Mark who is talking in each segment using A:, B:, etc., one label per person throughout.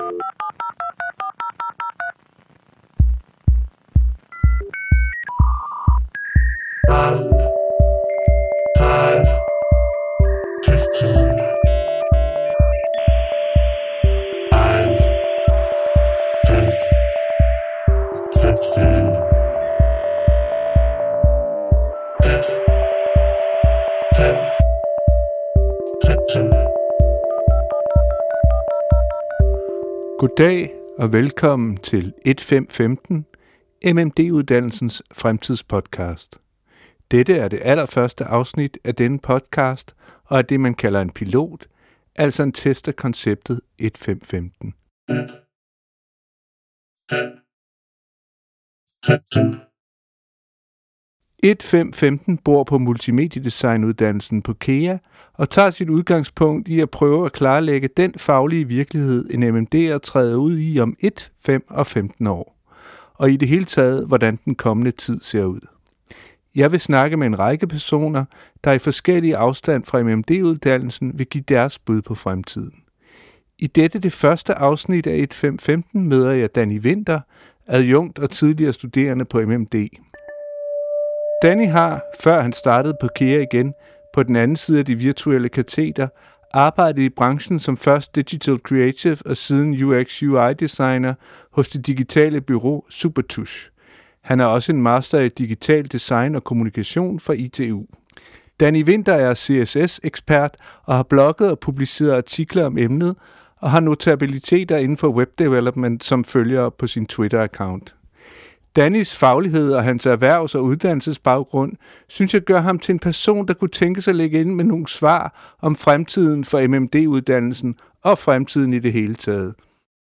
A: Goddag og velkommen til 1515, MMD-uddannelsens fremtidspodcast. Dette er det allerførste afsnit af denne podcast, og er det, man kalder en pilot, altså en test af konceptet 1515. .1515 bor på multimediedesignuddannelsen på KEA og tager sit udgangspunkt i at prøve at klarlægge den faglige virkelighed, en MMD'er træder ud i om 1, 5 og 15 år, og i det hele taget, hvordan den kommende tid ser ud. Jeg vil snakke med en række personer, der i forskellige afstand fra MMD-uddannelsen vil give deres bud på fremtiden. I det første afsnit af 1515 møder jeg Danny Winther, adjunkt og tidligere studerende på MMD. Danny har, før han startede på KEA igen, på den anden side af de virtuelle kateter, arbejdet i branchen som først Digital Creative og siden UX/UI-designer hos det digitale bureau Supertush. Han er også en master i digital design og kommunikation fra ITU. Danny Winther er CSS-ekspert og har blogget og publiceret artikler om emnet, og har notabiliteter inden for webdevelopment, som følger på sin Twitter-account. Dannys faglighed og hans erhvervs- og uddannelsesbaggrund, synes jeg gør ham til en person, der kunne tænke sig at lægge ind med nogle svar om fremtiden for MMD-uddannelsen og fremtiden i det hele taget.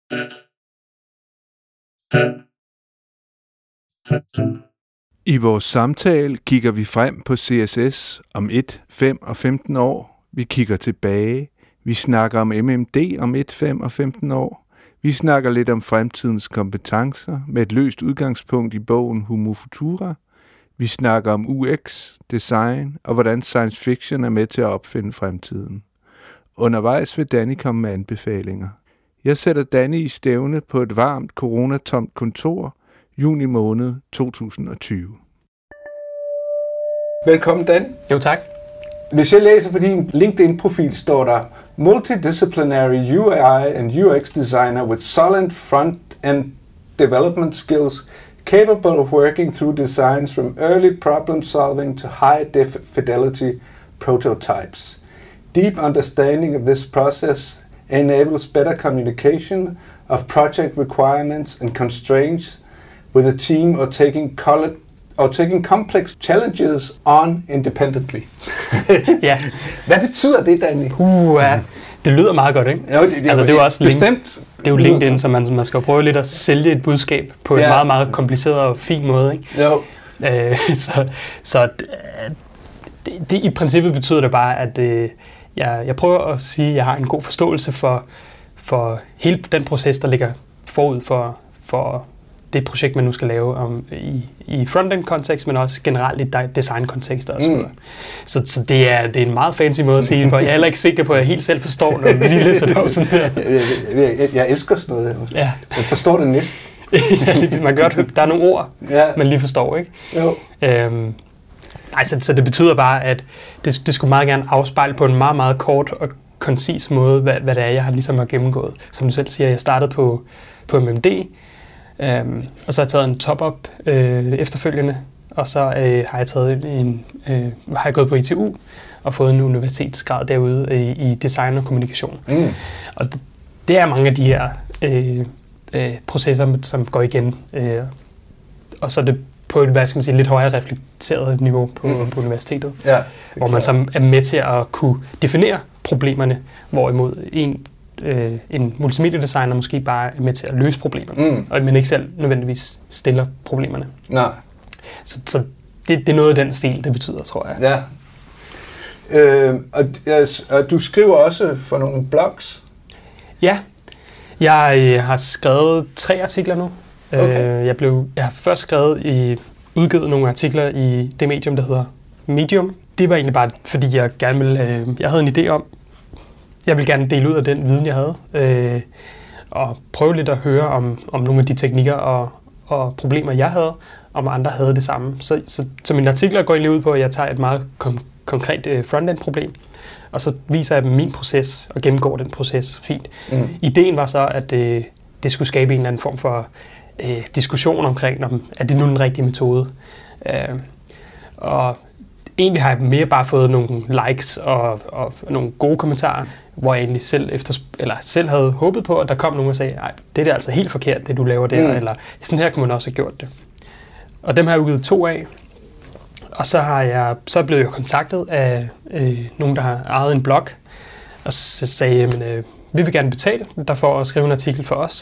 A: I vores samtale kigger vi frem på CSS om 1, 5 og 15 år. Vi kigger tilbage. Vi snakker om MMD om 1, 5 og 15 år. Vi snakker lidt om fremtidens kompetencer med et løst udgangspunkt i bogen Homo Futura. Vi snakker om UX, design og hvordan science fiction er med til at opfinde fremtiden. Undervejs vil Danny komme med anbefalinger. Jeg sætter Danny i stævne på et varmt, coronatomt kontor, juni måned 2020. Velkommen, Dan.
B: Jo, tak.
A: Hvis jeg læser på din LinkedIn-profil, står der multidisciplinary UI and UX designer with solid front-end development skills, capable of working through designs from early problem solving to high fidelity prototypes. Deep understanding of this process enables better communication of project requirements and constraints with a team or taking complex challenges on independently.
B: Ja.
A: Hvad betyder det, Danny?
B: Det lyder meget godt, ikke?
A: Jo, det er jo også bestemt.
B: Det er jo LinkedIn, så man skal prøve lidt at sælge et budskab på en meget, meget kompliceret og fin måde, ikke?
A: Jo.
B: Det i princippet betyder det bare, at jeg prøver at sige, at jeg har en god forståelse for hele den proces, der ligger forud for det projekt, man nu skal lave i frontend-kontekst, men også generelt i design-kontekster osv. Så det er en meget fancy måde at sige, for jeg er heller ikke sikker på, at jeg helt selv forstår, når vi lige læser det op sådan her.
A: Jeg elsker sådan noget.
B: Ja.
A: Jeg forstår det næsten.
B: Ja, man kan godt høre, der er nogle ord, man lige forstår, ikke?
A: Jo.
B: Så det betyder bare, at det skulle meget gerne afspejle på en meget, meget kort og koncis måde, hvad det er, jeg ligesom har gennemgået. Som du selv siger, jeg startede på MMD, og så har jeg taget en top-up efterfølgende, og så har jeg gået på ITU og fået en universitetsgrad derude i design og kommunikation. Og det er mange af de her processer, som går igen, og så er det på et lidt højere reflekteret niveau på universitetet, hvor man så er med til at kunne definere problemerne, hvorimod en multimediedesigner måske bare er med til at løse problemerne, og man ikke selv nødvendigvis stiller problemerne.
A: Nej.
B: Så det er noget af den stil, det betyder, tror jeg.
A: Ja. Og du skriver også for nogle blogs?
B: Ja. Jeg har skrevet 3 artikler nu. Okay. Jeg har først udgivet nogle artikler i det medium, der hedder Medium. Det var egentlig bare, fordi jeg gerne ville, jeg havde en idé om, jeg ville gerne dele ud af den viden, jeg havde. og prøve lidt at høre om nogle af de teknikker og problemer, jeg havde, om andre havde det samme. Så mine artikler går egentlig ud på, at jeg tager et meget konkret frontend-problem, og så viser jeg dem min proces, og gennemgår den proces fint. Ideen var så, at det skulle skabe en eller anden form for diskussion omkring, er det nu den rigtige metode. Og egentlig har jeg mere bare fået nogle likes og nogle gode kommentarer, hvor jeg egentlig selv havde håbet på, at der kom nogen og sagde, nej, det er altså helt forkert, det du laver der, eller sådan her kunne man også have gjort det. Og dem har jeg udgivet 2 af, og så blev jeg kontaktet af nogen, der har ejet en blog, og så sagde jeg, vi vil gerne betale dig for at skrive en artikel for os,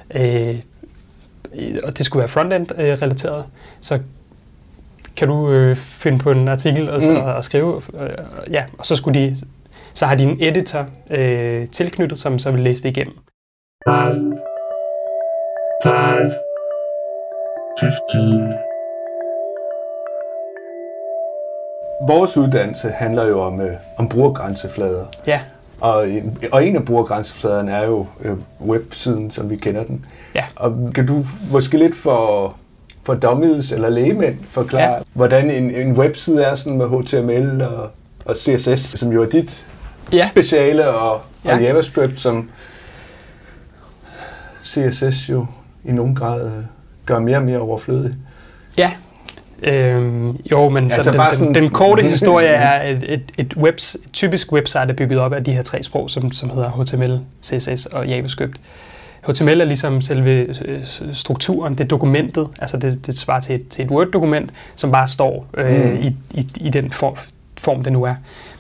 B: og det skulle være frontend-relateret, så kan du finde på en artikel og skrive, og så har de en editor tilknyttet, som så vil læse det igennem.
C: 5, 15.
A: Vores uddannelse handler jo om brugergrænseflader.
B: Ja.
A: Og en af brugergrænsefladerne er jo websiden, som vi kender den.
B: Ja.
A: Og kan du måske lidt for dummies eller lægemænd forklare, hvordan en webside er sådan med HTML og CSS, som jo er dit speciale, og JavaScript, som CSS jo i nogen grad gør mere og mere overflødig. Ja.
B: Men altså den korte historie er, et typisk website er bygget op af de her 3 sprog, som hedder HTML, CSS og JavaScript. HTML er ligesom selve strukturen, det er dokumentet, altså det svarer til et Word-dokument, som bare står i den form, det nu er.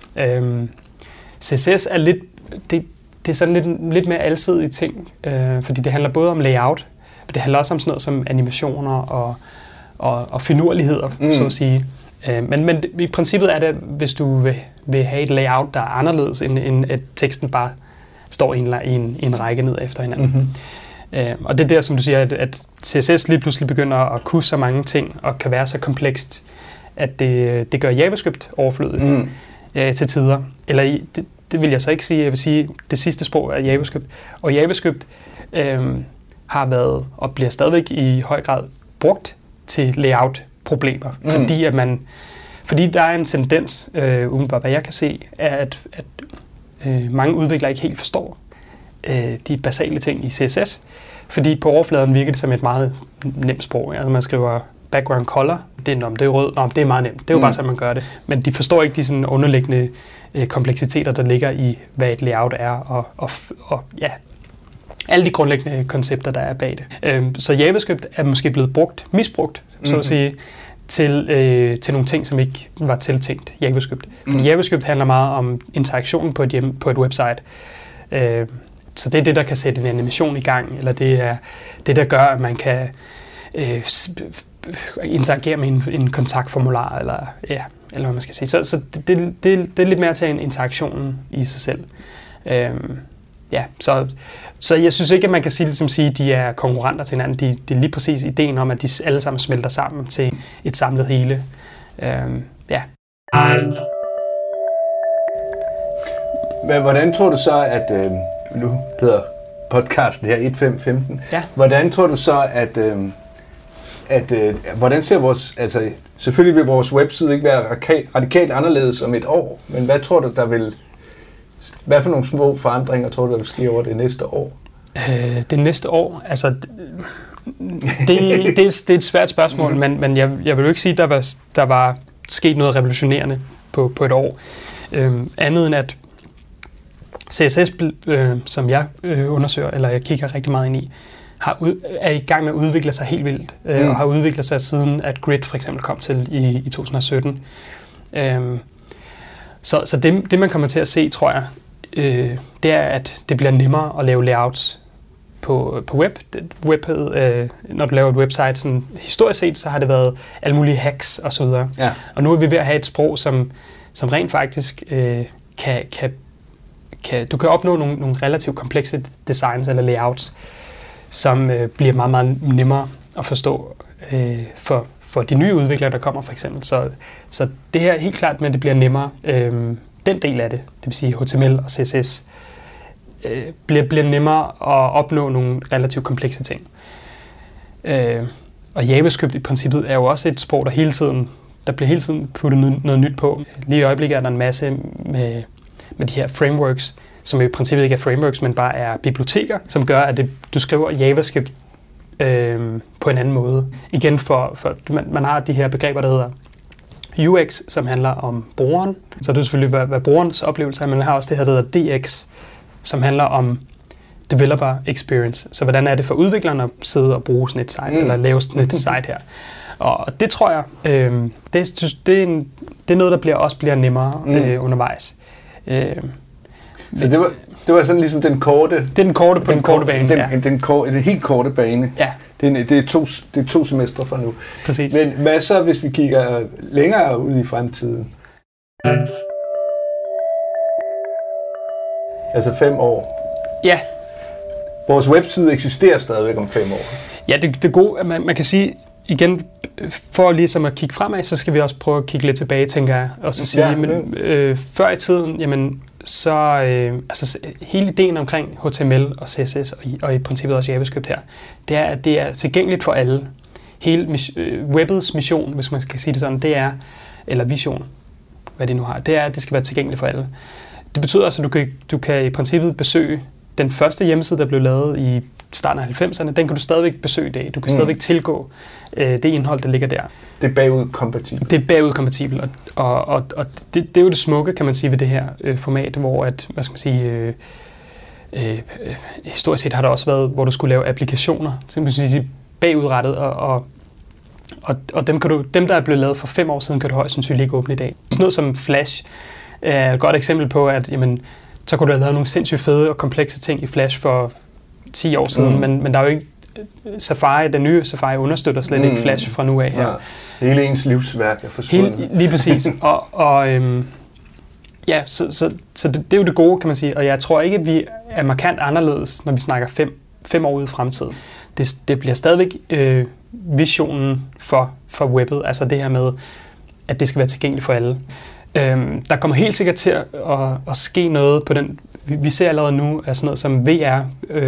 B: CSS er det er sådan lidt mere alsidige ting, fordi det handler både om layout, men det handler også om sådan noget som animationer og finurligheder, så at sige. Men i princippet er det, hvis du vil have et layout, der er anderledes, end at teksten bare står i en række ned efter hinanden. Og det er der, som du siger, at CSS lige pludselig begynder at kunne så mange ting, og kan være så komplekst, at det gør JavaScript overflødigt til tider. Eller det vil jeg så ikke sige. Jeg vil sige, det sidste sprog er JavaScript. Og JavaScript har været, og bliver stadigvæk i høj grad brugt til layout-problemer. Fordi der er en tendens, umiddelbart hvad jeg kan se, er, at mange udviklere ikke helt forstår de basale ting i CSS, fordi på overfladen virker det som et meget nemt sprog. Altså man skriver background color, det er rød, det er meget nemt, det er jo bare sådan, man gør det. Men de forstår ikke de sådan underliggende kompleksiteter, der ligger i, hvad et layout er, og alle de grundlæggende koncepter, der er bag det. Så JavaScript er måske blevet misbrugt, så at sige, til nogle ting, som ikke var tiltænkt JavaScript. Fordi JavaScript handler meget om interaktionen på et website. Så det er det, der kan sætte en animation i gang, eller det er det, der gør, at man kan interagere med en kontaktformular, eller hvad man skal sige. Så det er lidt mere til en interaktion i sig selv. Så jeg synes ikke, at man kan sige, at de er konkurrenter til hinanden. Det er lige præcis ideen om, at de alle sammen smelter sammen til et samlet hele.
A: Men hvordan tror du så, at nu hedder podcasten her 1515. Hvordan tror du så, at hvordan ser vores, altså selvfølgelig vil vores webside ikke være radikalt anderledes om et år, men hvad tror du, hvad for nogle små forandringer tror du, der vil ske over det næste år?
B: Det næste år, altså det er et svært spørgsmål, men jeg vil jo ikke sige, at der var sket noget revolutionerende på et år. Andet end at CSS, som jeg undersøger, eller jeg kigger rigtig meget ind i, er i gang med at udvikle sig helt vildt, og har udviklet sig siden, at Grid for eksempel kom til i 2017. Så det, man kommer til at se, tror jeg, det er, at det bliver nemmere at lave layouts på web. Når du laver et website, sådan, historisk set, så har det været alle mulige hacks og så videre. Ja. Og nu er vi ved at have et sprog, som rent faktisk du kan opnå nogle relativt komplekse designs eller layouts, som bliver meget, meget nemmere at forstå for de nye udviklere, der kommer for eksempel. Så det her er helt klart med, at det bliver nemmere. Den del af det vil sige HTML og CSS, bliver nemmere at opnå nogle relativt komplekse ting. Og JavaScript i princippet er jo også et sprog, der bliver hele tiden puttet noget nyt på. Lige i øjeblikket er der en masse med de her frameworks, som i princippet ikke er frameworks, men bare er biblioteker, som gør, at du skriver JavaScript på en anden måde. Igen, man har de her begreber, der hedder UX, som handler om brugeren. Så det er selvfølgelig, hvad brugerens oplevelse er, men man har også det her, der hedder DX, som handler om developer experience. Så hvordan er det for udviklerne at sidde og bruge sådan et site, eller lave sådan et site her. Og det tror jeg, det er noget, der også bliver nemmere undervejs.
A: Så det var sådan ligesom den korte...
B: Det er den korte på den korte bane,
A: den helt korte bane.
B: Ja.
A: Det er to semestre fra nu.
B: Præcis.
A: Men hvad så, hvis vi kigger længere ud i fremtiden? Altså 5 år.
B: Ja.
A: Vores webside eksisterer stadigvæk om 5 år.
B: Ja, det gode, at man kan sige, igen, for ligesom at kigge fremad, så skal vi også prøve at kigge lidt tilbage, tænker jeg. Og så sige, før i tiden, jamen, så altså, hele ideen omkring HTML og CSS og i princippet også JavaScript her, det er, at det er tilgængeligt for alle. Hele webbets mission, hvis man skal sige det sådan, det er, eller vision, hvad det nu har, det er, at det skal være tilgængeligt for alle. Det betyder også, at du kan i princippet besøge den første hjemmeside, der blev lavet i starten af 90'erne, den kan du stadigvæk besøge i dag. Du kan stadigvæk tilgå det indhold, der ligger der.
A: Det er bagudkompatibelt.
B: Det er bagudkompatibelt, og det er jo det smukke, kan man sige, ved det her format, hvor at, hvad skal man sige, historisk set har der også været, hvor du skulle lave applikationer, simpelthen bagudrettet, og dem, der er blevet lavet for 5 år siden, kan du højst sandsynligt ikke åbne i dag. Sådan noget som Flash er et godt eksempel på, at jamen, så kunne du have lavet nogle sindssygt fede og komplekse ting i Flash for 10 år siden, men der er jo ikke Safari, den nye Safari understøtter slet ikke Flash fra nu af her. Ja.
A: Hele ens livsværk er forsvundet.
B: Lige præcis. Så det er jo det gode, kan man sige. Og jeg tror ikke, at vi er markant anderledes, når vi snakker 5 år ude i fremtiden. Det bliver stadigvæk visionen for webbet, altså det her med, at det skal være tilgængeligt for alle. Der kommer helt sikkert til at ske noget på den. Vi ser allerede nu, at sådan noget som VR,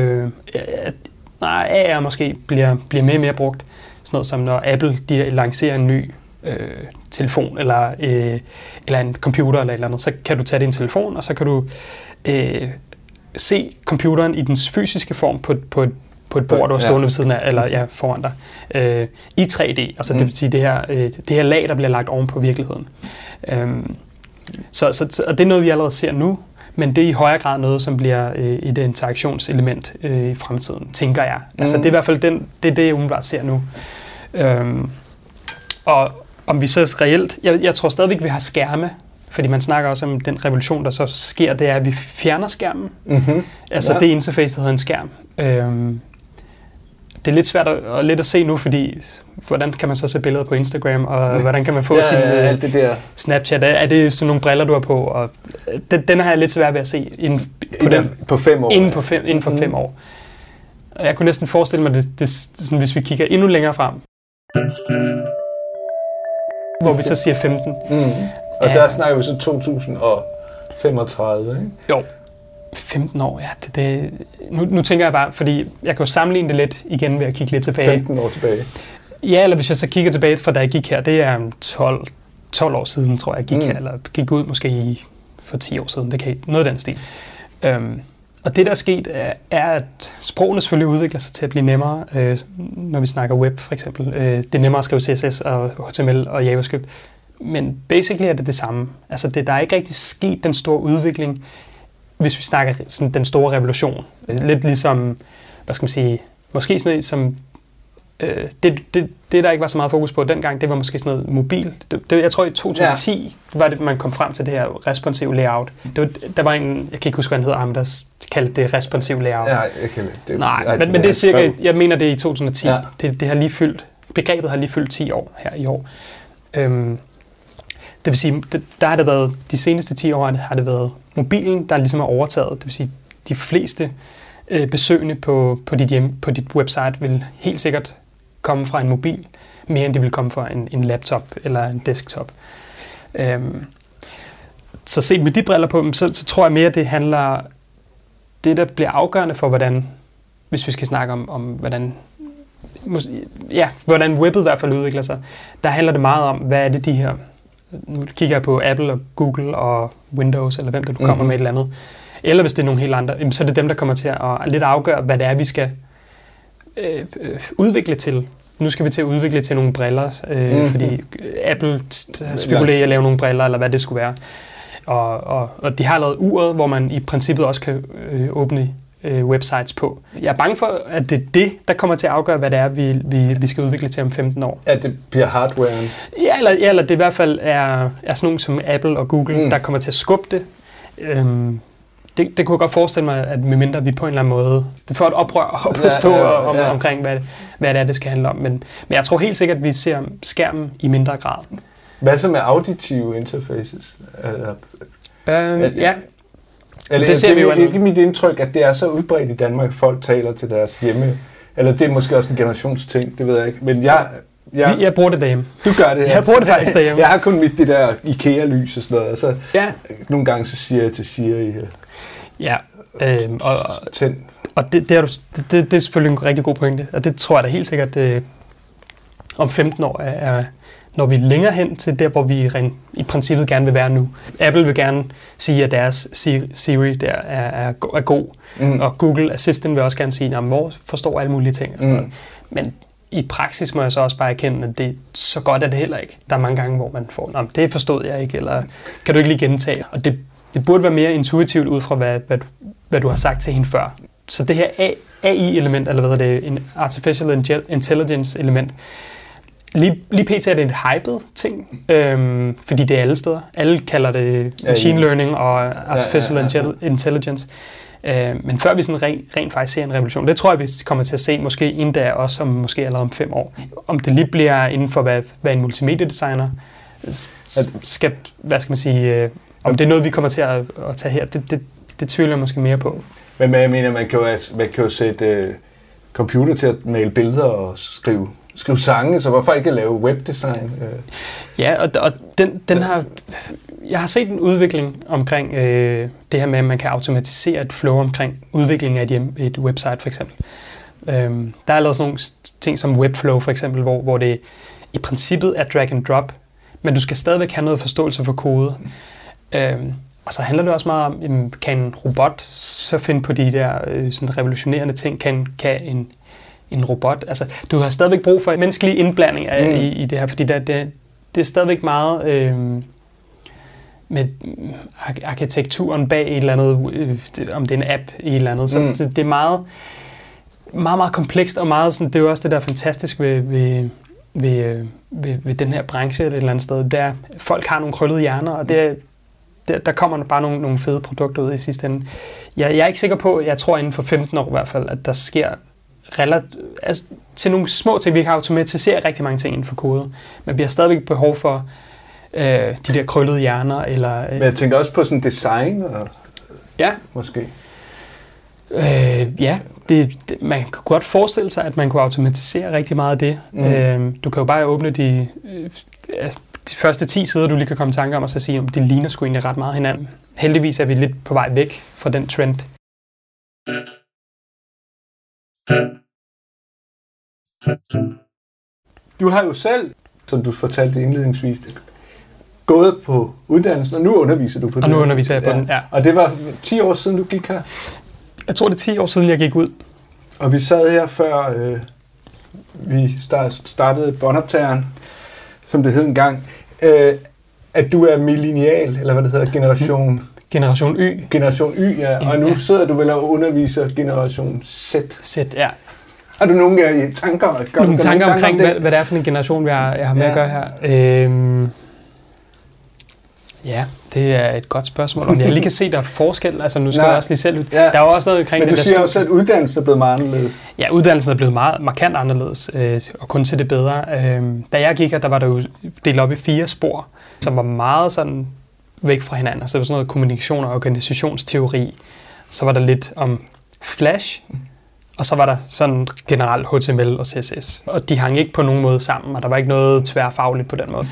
B: AR måske bliver mere og mere brugt. Sådan noget som når Apple de lancerer en ny telefon eller en computer eller et eller andet, så kan du tage din telefon, og så kan du se computeren i dens fysiske form på et bord, du har stående ved siden af, eller foran dig, i 3D. Altså det vil sige det her lag, der bliver lagt oven på virkeligheden. Og det er noget, vi allerede ser nu, men det er i højere grad noget, som bliver et interaktionselement i fremtiden, tænker jeg. Altså det er i hvert fald det jeg umiddelbart ser nu. Og om vi så reelt, jeg tror stadigvæk, vi har skærme, fordi man snakker også om den revolution, der så sker, det er, at vi fjerner skærmen. Altså det interface, der hedder en skærm. Det er lidt svært at se nu, fordi hvordan kan man så se billeder på Instagram, og hvordan kan man få sin
A: det der.
B: Snapchat? Er det sådan nogle briller, du har på? Og den har jeg lidt svært ved at se
A: på 5 år.
B: Inden for 5 år. Og jeg kunne næsten forestille mig, det sådan, hvis vi kigger endnu længere frem. Hvor vi så siger 15.
A: Og der snakker vi så 2035, ikke?
B: Jo. 15 år, ja. Nu tænker jeg bare, fordi jeg kan jo sammenligne det lidt igen ved at kigge lidt tilbage.
A: 15 år tilbage.
B: Ja, eller hvis jeg så kigger tilbage fra da jeg gik her, det er 12 år siden, tror jeg gik her, eller gik ud måske for 10 år siden, det kan noget af den stil. Og det, der er sket, er, at sprogene selvfølgelig udvikler sig til at blive nemmere, når vi snakker web, for eksempel. Det er nemmere at skrive CSS og HTML og JavaScript, men basically er det samme. Altså, der er ikke rigtig sket den store udvikling, hvis vi snakker sådan den store revolution. Lidt ligesom, hvad skal man sige, måske sådan noget som, det der ikke var så meget fokus på dengang, det var måske sådan noget mobil. Jeg tror i 2010 var det, man kom frem til det her responsive layout. Der var en, jeg kan ikke huske, hvad han hedder, der kaldte det responsive layout.
A: Ja,
B: men det er cirka, jeg mener det er i 2010. Ja. Det har lige fyldt, begrebet har lige fyldt 10 år her i år. Det vil sige, der har det været, de seneste 10 år har det været mobilen, der ligesom er overtaget. Det vil sige, de fleste besøgende på dit website vil helt sikkert komme fra en mobil, mere end de vil komme fra en laptop eller en desktop. Så set med de briller på dem, så tror jeg mere, det det, der bliver afgørende for, hvordan, hvis vi skal snakke om hvordan webbet i hvert fald udvikler sig, der handler det meget om, hvad er det de her, nu kigger jeg på Apple og Google og Windows, eller hvem der du kommer med et eller andet, eller hvis det er nogle helt andre, så er det dem, der kommer til at lidt afgøre, hvad det er, vi skal udvikle til. Nu skal vi til at udvikle til nogle briller, fordi Apple spekulerer i at lave nogle briller, eller hvad det skulle være. Og de har lavet uret, hvor man i princippet også kan åbne websites på. Jeg er bange for, at det er det, der kommer til at afgøre, hvad det er, vi skal udvikle til om 15 år.
C: At det bliver hardwaren?
B: Ja, eller det i hvert fald er sådan nogle som Apple og Google, der kommer til at skubbe det. Det kunne jeg godt forestille mig, at medmindre vi på en eller anden måde, det får et oprør at forstå omkring, hvad det er, det skal handle om. Men jeg tror helt sikkert, at vi ser skærmen i mindre grad.
C: Hvad så med auditive interfaces?
B: Ja.
C: Eller det ser vi jo ikke mit indtryk, at det er så udbredt i Danmark, at folk taler til deres hjemme. Eller det er måske også en generationsting, det ved jeg ikke. Men jeg
B: bruger det derhjemme.
C: Du gør det, ja.
B: Jeg bruger det faktisk derhjemme.
C: Jeg har kun det der IKEA-lys og sådan noget, og så nogle gange så siger jeg til Siri...
B: Og det er selvfølgelig en rigtig god pointe, og det tror jeg da helt sikkert, om 15 år er når vi er længere hen til der, hvor vi i princippet gerne vil være nu. Apple vil gerne sige, at deres Siri der er god, og Google Assistant vil også gerne sige, at hvor forstår alle mulige ting. Og sådan noget. Men i praksis må jeg så også bare erkende, at det så godt er det heller ikke. Der er mange gange, hvor man får, det forstod jeg ikke, eller kan du ikke lige gentage? Og det burde være mere intuitivt ud fra, hvad du har sagt til hende før. Så det her AI-element, eller hvad det er, en Artificial Intelligence-element, lige pt. Er det en hyped ting, fordi det er alle steder. Alle kalder det machine learning og artificial intelligence. Men før vi sådan rent faktisk ser en revolution, det tror jeg, vi kommer til at se måske inden da også, måske allerede om 5 år. Om det lige bliver inden for, hvad en multimediedesigner skal, hvad skal man sige, om det er noget, vi kommer til at tage her, det tvivler jeg måske mere på.
C: Men jeg mener, man kan jo sætte computer til at male billeder og skrive sange, så hvorfor ikke lave webdesign?
B: Ja, og den har... Jeg har set en udvikling omkring det her med, at man kan automatisere et flow omkring udviklingen af et website, for eksempel. Der er lavet sådan nogle ting som Webflow, for eksempel, hvor det i princippet er drag and drop, men du skal stadigvæk have noget forståelse for kode. Og så handler det også meget om, kan en robot så finde på de der sådan revolutionerende ting? Kan en robot... Altså, du har stadigvæk brug for en menneskelig indblanding i det her, fordi det er stadigvæk meget med arkitekturen bag et eller andet, om det er en app i et eller andet. Så det er meget, meget, meget komplekst, og meget sådan, det er jo også det, der er fantastisk ved den her branche et eller andet sted. Der folk har nogle krøllede hjerner, og der kommer bare nogle fede produkter ud i sidste ende. Jeg er ikke sikker på, jeg tror inden for 15 år i hvert fald, at der sker til nogle små ting. Vi kan automatisere rigtig mange ting inden for kode, men vi har stadigvæk behov for de der krøllede hjerner. Eller,
C: men jeg tænker også på sådan design, måske.
B: Man kan godt forestille sig, at man kunne automatisere rigtig meget af det. Du kan jo bare åbne de første 10 sider, du lige kan komme i tanke om, og så sige, om det ligner sgu egentlig ret meget hinanden. Heldigvis er vi lidt på vej væk fra den trend.
C: Du har jo selv, som du fortalte indledningsvis, gået på uddannelsen, og nu underviser du på den.
B: Og nu underviser jeg på den, ja.
C: Og det var 10 år siden, du gik her?
B: Jeg tror, det er 10 år siden, jeg gik ud.
C: Og vi sad her før vi startede båndoptageren, som det hed engang. At du er millennial, eller hvad det hedder, Generation Y. Generation Y, ja. Og nu sidder du vel og underviser Generation Z.
B: Z, ja.
C: Har du nogle tanker?
B: Nogle tanker omkring, hvad det er for en generation, jeg har med at gøre her? Ja, det er et godt spørgsmål. Om jeg lige kan se, der er forskel. Altså, nu skal jeg også lige selv ud. Ja. Der er jo også noget omkring
C: men du siger også, at uddannelsen er blevet meget anderledes.
B: Ja, uddannelsen er blevet meget markant anderledes, og kun til det bedre. Da jeg gik her, der var der jo delt op i 4 spor, som var meget sådan væk fra hinanden. Altså, det var sådan noget kommunikation og organisationsteori. Så var der lidt om Flash, og så var der sådan generelt HTML og CSS. Og de hang ikke på nogen måde sammen, og der var ikke noget tværfagligt på den måde.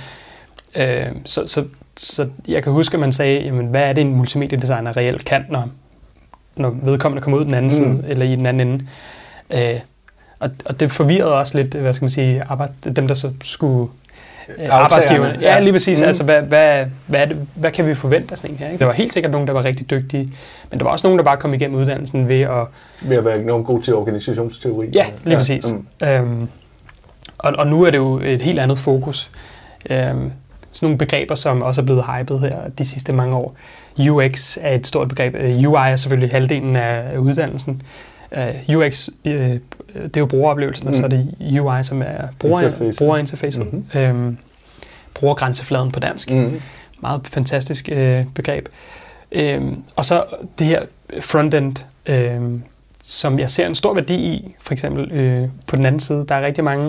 B: Så jeg kan huske, at man sagde, jamen, hvad er det, en multimediedesigner reelt kan, når når vedkommende kommer ud den anden side, eller i den anden ende. Og det forvirrede også lidt, hvad skal man sige, dem der så skulle arbejdsgiverne. Ja, lige præcis. Altså, hvad kan vi forvente af sådan en her? Ikke? Der var helt sikkert nogen, der var rigtig dygtige, men der var også nogen, der bare kom igennem uddannelsen ved at
C: være nogen god til organisationsteori.
B: Ja, lige præcis. Og nu er det jo et helt andet fokus. Sådan nogle begreber, som også er blevet hypet her de sidste mange år. UX er et stort begreb. UI er selvfølgelig halvdelen af uddannelsen. UX, det er jo brugeroplevelsen, og så er det UI, som er brugerinterfacet. Brugergrænsefladen på dansk. Meget fantastisk begreb. Og så det her frontend, som jeg ser en stor værdi i, for eksempel på den anden side. Der er rigtig mange...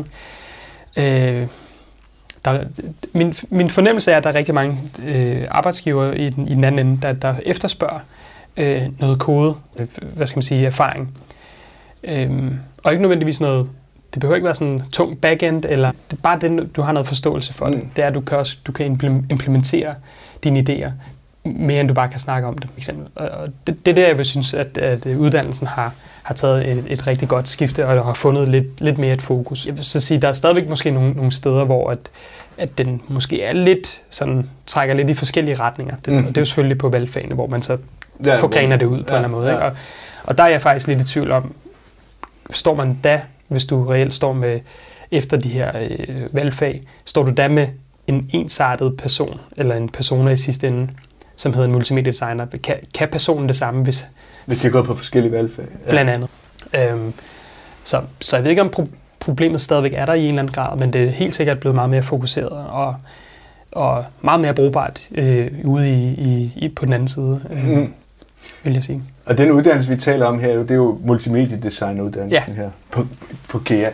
B: Min fornemmelse er, at der er rigtig mange arbejdsgivere i den anden ende, der efterspørger noget kode, hvad skal man sige, erfaring. Og ikke nødvendigvis noget, det behøver ikke være sådan en tung backend, eller det er bare det, du har noget forståelse for det. Det er, at du kan implementere dine idéer, mere end du bare kan snakke om det, for eksempel. Og det er der, jeg vil synes, at uddannelsen har taget et rigtig godt skifte, og har fundet lidt mere et fokus. Jeg vil så sige, der er stadigvæk måske nogle steder, hvor at den måske er lidt sådan, trækker lidt i forskellige retninger. Og det er jo selvfølgelig på valgfagene, hvor man så forgrener det ud på en eller anden måde. Ikke? Og der er jeg faktisk lidt i tvivl om, står man da, hvis du reelt står med, efter de her valgfag, står du da med en ensartet person, eller en persona i sidste ende, som hedder en multimediedesigner. Kan personen det samme, hvis
C: de går på forskellige valgfag?
B: Ja. Blandt andet. Så jeg ved ikke, om problemet stadigvæk er der i en eller anden grad, men det er helt sikkert blevet meget mere fokuseret og meget mere brugbart ude i på den anden side, vil jeg sige.
C: Og den uddannelse, vi taler om her, det er jo multimediedesigneruddannelsen her på KEA.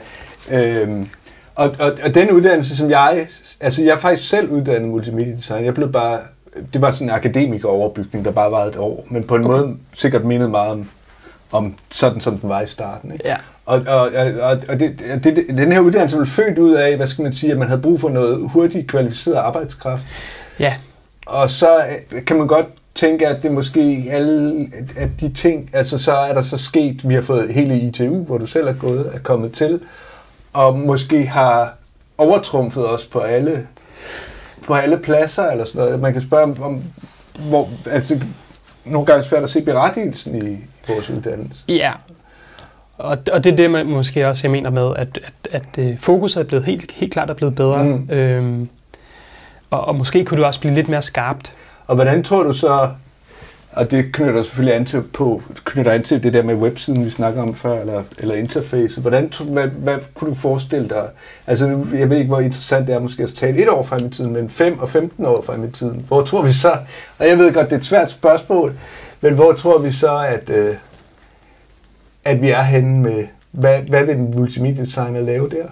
C: Og den uddannelse, som jeg er faktisk selv uddannet multimediedesign. Jeg blev bare, det var sådan en akademikeroverbygning, der bare var et år, men på en måde sikkert mindede meget om sådan, som den var i starten. Ikke?
B: Ja.
C: Og den her uddannelse blev født ud af, hvad skal man sige, at man havde brug for noget hurtigt kvalificeret arbejdskraft.
B: Ja.
C: Og så kan man godt tænke, at det måske alle af de ting, altså så er der så sket, vi har fået hele ITU, hvor du selv er kommet til, og måske har overtrumfet os på alle pladser eller sådan noget. Man kan spørge om hvor, altså nogle gange er det svært at se berettigelsen i vores uddannelse.
B: Ja, og det er det, man måske også, jeg mener med, at fokuset er blevet helt klart er blevet bedre. Og måske kunne det også blive lidt mere skarpt.
C: Og hvordan tror du så, og det knytter selvfølgelig an til det der med websiden, vi snakker om før, eller interface. Hvad kunne du forestille dig? Altså, jeg ved ikke, hvor interessant det er måske at tale 1 år frem i tiden, men 5 og 15 år frem i tiden. Hvor tror vi så, og jeg ved godt, det er et svært spørgsmål, men hvor tror vi så, at vi er henne med, hvad vil en multimediedesigner lave der?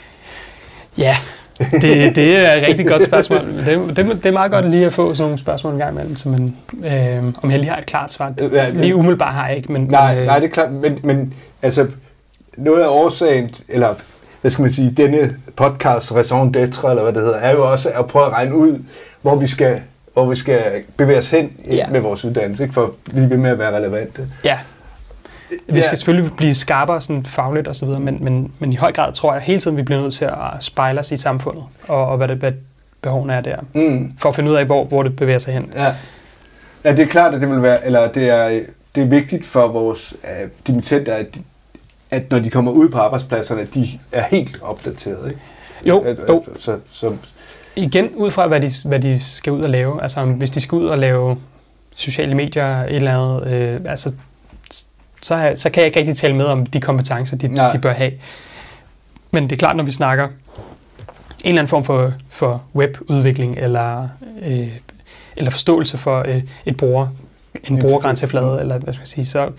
B: Ja, det er et rigtig godt spørgsmål. Det er meget godt lige at få sådan nogle spørgsmål en gang imellem, så om jeg lige har et klart svar. Lige umiddelbart har jeg ikke. Men,
C: nej, det er klart, men altså noget af årsagen, eller hvad skal man sige, denne podcast, Raison d'être, eller hvad det hedder, er jo også at prøve at regne ud, hvor vi skal bevæge os hen med vores uddannelse, ikke? For at blive ved med at være relevante.
B: Ja. Vi skal selvfølgelig blive skarpere sådan fagligt og så videre, men i høj grad tror jeg hele tiden, vi bliver nødt til at spejle os i samfundet, og hvad behovene er der, for at finde ud af, hvor det bevæger sig hen.
C: Ja, det er klart, at det vil være, eller det er vigtigt for vores dimittenter, at når de kommer ud på arbejdspladserne, at de er helt opdateret, ikke?
B: Jo.
C: Så
B: igen, ud fra hvad de skal ud og lave. Altså, hvis de skal ud og lave sociale medier, et eller andet, så kan jeg ikke rigtig tale med om de kompetencer, de bør have. Men det er klart, når vi snakker en eller anden form for webudvikling, eller forståelse for en brugergrænseflade, eller hvad skal jeg sige,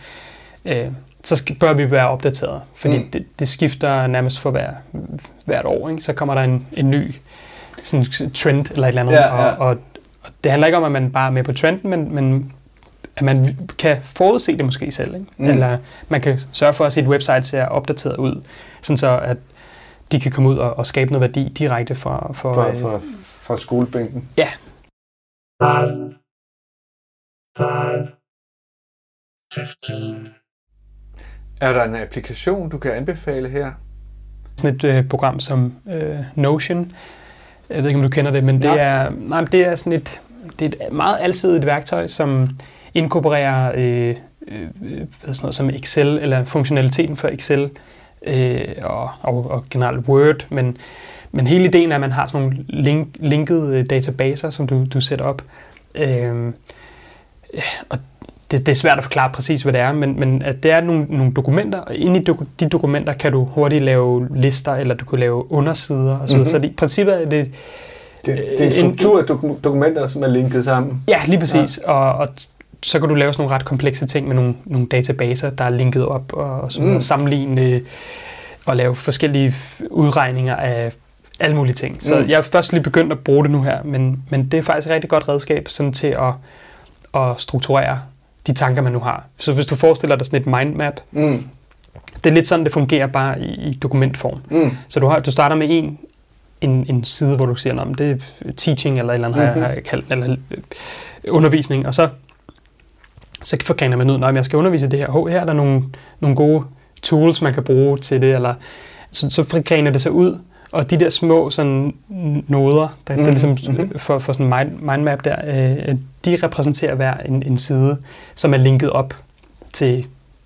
B: så bør vi være opdateret. Fordi det skifter nærmest for hvert år. Ikke? Så kommer der en ny sådan trend, eller et eller andet. Og det handler ikke om, at man bare er med på trenden, men at man kan forudse det måske selv, ikke? Eller man kan sørge for, at sit website ser opdateret ud, sådan så at de kan komme ud og skabe noget værdi direkte
C: fra skolebænken.
B: Ja.
D: 5,
C: Er der en applikation, du kan anbefale her?
B: Sådan et program som Notion. Jeg ved ikke, om du kender det, men det er sådan et meget alsidigt værktøj, som inkorporerer sådan noget som Excel, eller funktionaliteten for Excel, og generelt Word, men hele ideen er, at man har sådan nogle linkede databaser, som du sætter op. Og det er svært at forklare præcis, hvad det er, men at det er nogle dokumenter, og inde i de dokumenter kan du hurtigt lave lister, eller du kan lave undersider osv. Mm-hmm. Så i princippet er det...
C: Det er en struktur af dokumenter, som er linket sammen.
B: Ja, lige præcis. Ja. Og så kan du lave sådan nogle ret komplekse ting med nogle databaser, der er linket op, og så sammenligne og lave forskellige udregninger af alle mulige ting. Så jeg er først lige begyndt at bruge det nu her, men det er faktisk et rigtig godt redskab sådan til at strukturere de tanker, man nu har. Så hvis du forestiller dig sådan et mindmap, det er lidt sådan, det fungerer bare i dokumentform. Så du starter med en side, hvor du siger, om det er teaching eller et eller andet, har jeg kaldt, eller undervisning, og så forgrener man ud, når jeg skal undervise det her. Her er der nogle gode tools, man kan bruge til det, eller så forgrener det sig ud, og de der små sådan noder, der ligesom for sådan en mindmap der, de repræsenterer hver en side, som er linket op til...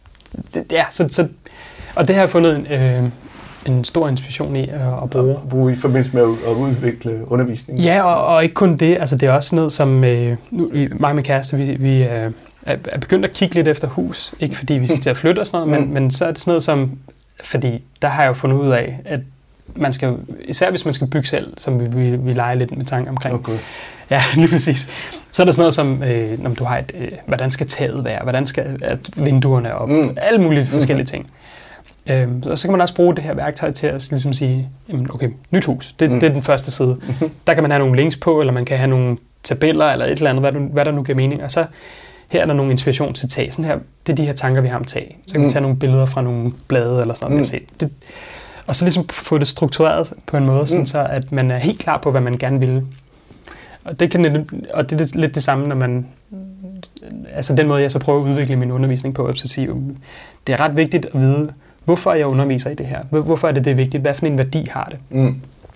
B: Ja, og det har jeg fundet en stor inspiration i at bruge.
C: At bruge i forbindelse med at udvikle undervisning.
B: Ja, og ikke kun det. Altså, det er også noget, som mig og min kæreste, vi er begyndt at kigge lidt efter hus. Ikke fordi vi skal til at flytte og sådan noget, men så er det sådan noget som... Fordi der har jeg jo fundet ud af, at man skal, især hvis man skal bygge selv, som vi leger lidt med tanke omkring. Okay. Ja, lige præcis. Så er der sådan noget som, når du har hvordan skal taget være, hvordan skal vinduerne op, alle mulige forskellige ting. Og så kan man også bruge det her værktøj til at ligesom sige, okay, nyt hus, det er den første side. Der kan man have nogle links på, eller man kan have nogle tabeller, eller et eller andet, hvad der nu giver mening. Og så her er der nogle inspiration til tag. Sådan her, det er de her tanker, vi har om tag. Så kan vi tage nogle billeder fra nogle blade, eller sådan noget, og så ligesom få det struktureret på en måde, sådan så at man er helt klar på, hvad man gerne vil. Og det er lidt det samme, når man... Altså den måde, jeg så prøver at udvikle min undervisning på, så sige, det er ret vigtigt at vide, hvorfor jeg underviser i det her. Hvorfor er det er vigtigt? Hvad for en værdi har det?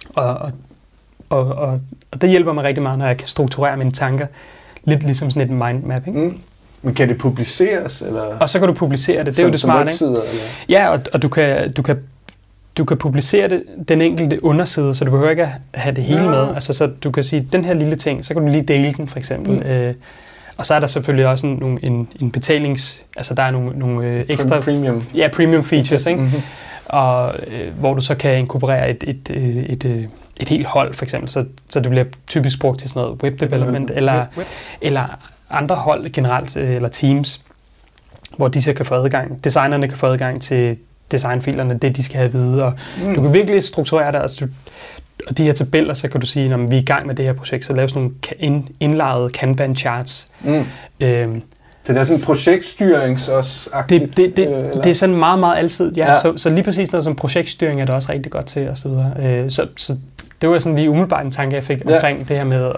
B: Og det hjælper mig rigtig meget, når jeg kan strukturere mine tanker. Lidt ligesom sådan et mindmapping.
C: Men kan det publiceres? Eller?
B: Og så kan du publicere det. Det er jo det smarte, ikke? Eller? Ja, og du kan publicere det, den enkelte underside, så du behøver ikke at have det hele med. Altså, så du kan sige, den her lille ting, så kan du lige dele den, for eksempel. Og så er der selvfølgelig også en betalings... Altså, der er nogle ekstra...
C: Premium.
B: Ja, premium features, ikke? Og hvor du så kan inkorporere et helt hold, for eksempel. Så det bliver typisk brugt til sådan noget web development, eller andre hold generelt, eller teams, hvor de så kan få adgang. Designerne kan få adgang til designfilerne, det de skal have at vide, og du kan virkelig strukturere det, altså og de her tabeller, så kan du sige, når vi er i gang med det her projekt, så laver sådan nogle indlejrede Kanban charts.
C: Det er sådan en projektstyrings også aktivt?
B: Det er sådan meget, meget altid, ja. Så lige præcis noget som projektstyring er det også rigtig godt til, og så videre. Så det var sådan lige umiddelbart en tanke, jeg fik omkring det her med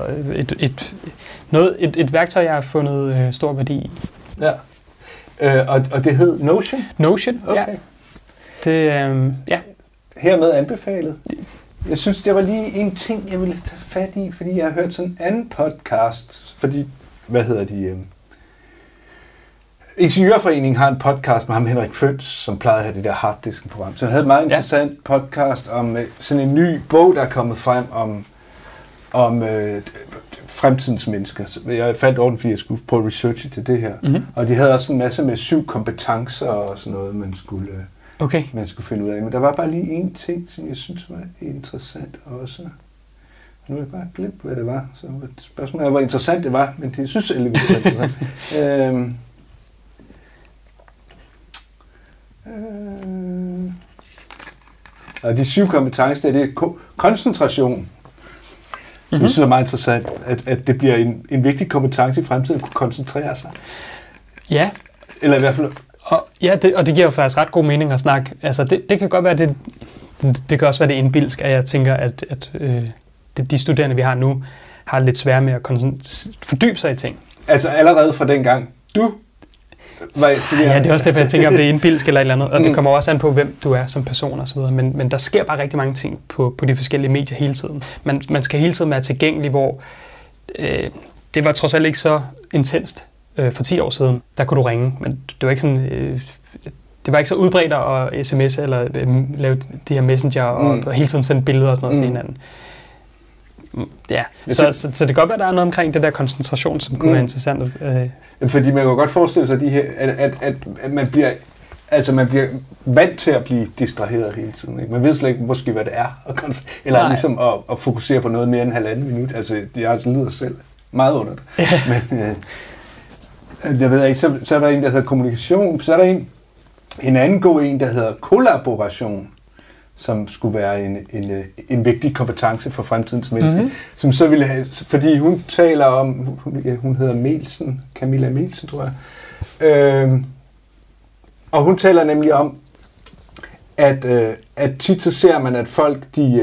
B: et værktøj, jeg har fundet stor værdi i.
C: Ja. Og det hed Notion?
B: Notion, okay. Ja. Det, ja.
C: Hermed anbefalet. Jeg synes, det var lige en ting, jeg ville tage fat i, fordi jeg har hørt sådan en anden podcast, fordi, Ingeniørforeningen har en podcast med ham, Henrik Føns, som plejede at have det der harddisken-program. Så jeg havde et meget interessant podcast om sådan en ny bog, der er kommet frem om fremtidens mennesker. Jeg faldt over den, fordi jeg skulle prøve at researche til det her. Og de havde også en masse med 7 kompetencer og sådan noget, man skulle finde ud af. Men der var bare lige en ting, som jeg synes var interessant også. Nu har jeg bare glemt, hvad det var. Så spørgsmålet er, hvor interessant det var, men det synes jeg det var interessant. Og de 7 kompetencer, det er koncentration. Så jeg synes det er meget interessant, at det bliver en vigtig kompetence i fremtiden at kunne koncentrere sig. Ja. Eller i hvert fald...
B: Og det giver jo faktisk ret god mening at snakke. Altså det kan godt være, det kan også være det indbilsk, at jeg tænker, at de studerende, vi har nu, har lidt svært med at fordybe sig i ting.
C: Altså allerede fra dengang du
B: Ja, det er også derfor, jeg tænker, om det er indbilsk eller et eller andet. Og det kommer også an på, hvem du er som person og så videre. Men der sker bare rigtig mange ting på de forskellige medier hele tiden. Man skal hele tiden være tilgængelig, hvor det var trods alt ikke så intenst for 10 år siden. Der kunne du ringe, men det var ikke sådan... Det var ikke så udbredt at sms eller lave de her messenger og hele tiden sende billeder og sådan noget til hinanden. Ja, så det kan godt være, at der er noget omkring det der koncentration, som kunne være interessant.
C: Fordi man kan godt forestille sig, at man bliver vant til at blive distraheret hele tiden. Ikke? Man ved slet ikke måske, hvad det er, eller ligesom at fokusere på noget mere end 1,5 minut. Altså, jeg lider selv meget under det. Men jeg ved ikke, så er der en, der hedder kommunikation, så er der en anden god en, der hedder kollaboration, som skulle være en vigtig kompetence for fremtidens menneske, som så ville have, fordi hun taler om, hun hedder Melsen, Camilla Melsen, tror jeg, og hun taler nemlig om, at tit så ser man, at folk,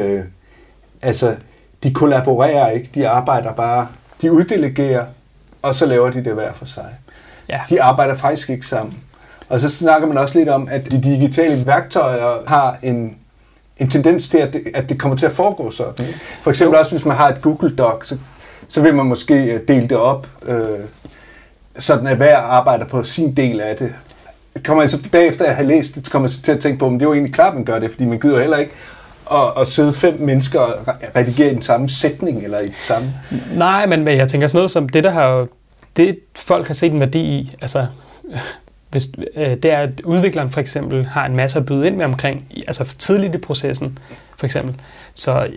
C: de kollaborerer ikke, de arbejder bare, de uddelegerer, og så laver de det hver for sig. Ja. De arbejder faktisk ikke sammen. Og så snakker man også lidt om, at de digitale værktøjer har en tendens til, at det kommer til at foregå sådan. Ikke? For eksempel også, hvis man har et Google Doc, så vil man måske dele det op, sådan at hver arbejder på sin del af det. Kommer jeg så bagefter at have læst det, så kommer jeg til at tænke på, om det er jo egentlig klart, man gør det, fordi man gider heller ikke at sidde 5 mennesker og redigere i den samme sætning, eller i det samme.
B: Nej, men jeg tænker sådan noget som det folk har set en værdi i, altså... Hvis det er, at udvikleren for eksempel har en masse at byde ind med omkring, altså tidligt i processen, for eksempel. Så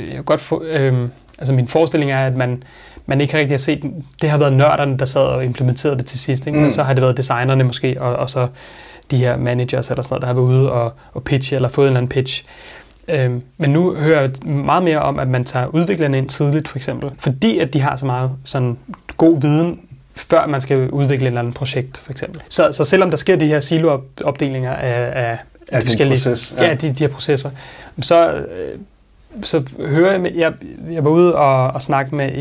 B: min forestilling er, at man ikke rigtig har set, det har været nørderne, der sad og implementerede det til sidst, ikke? Men så har det været designerne måske, og så de her managers eller sådan noget, der har været ude og pitche, eller fået en eller anden pitch. Men nu hører jeg meget mere om, at man tager udviklerne ind tidligt, for eksempel, fordi at de har så meget sådan god viden, før man skal udvikle et eller andet projekt, for eksempel. Så selvom der sker de her siloopdelinger af de forskellige de her processer, så hører jeg var ude og snakke med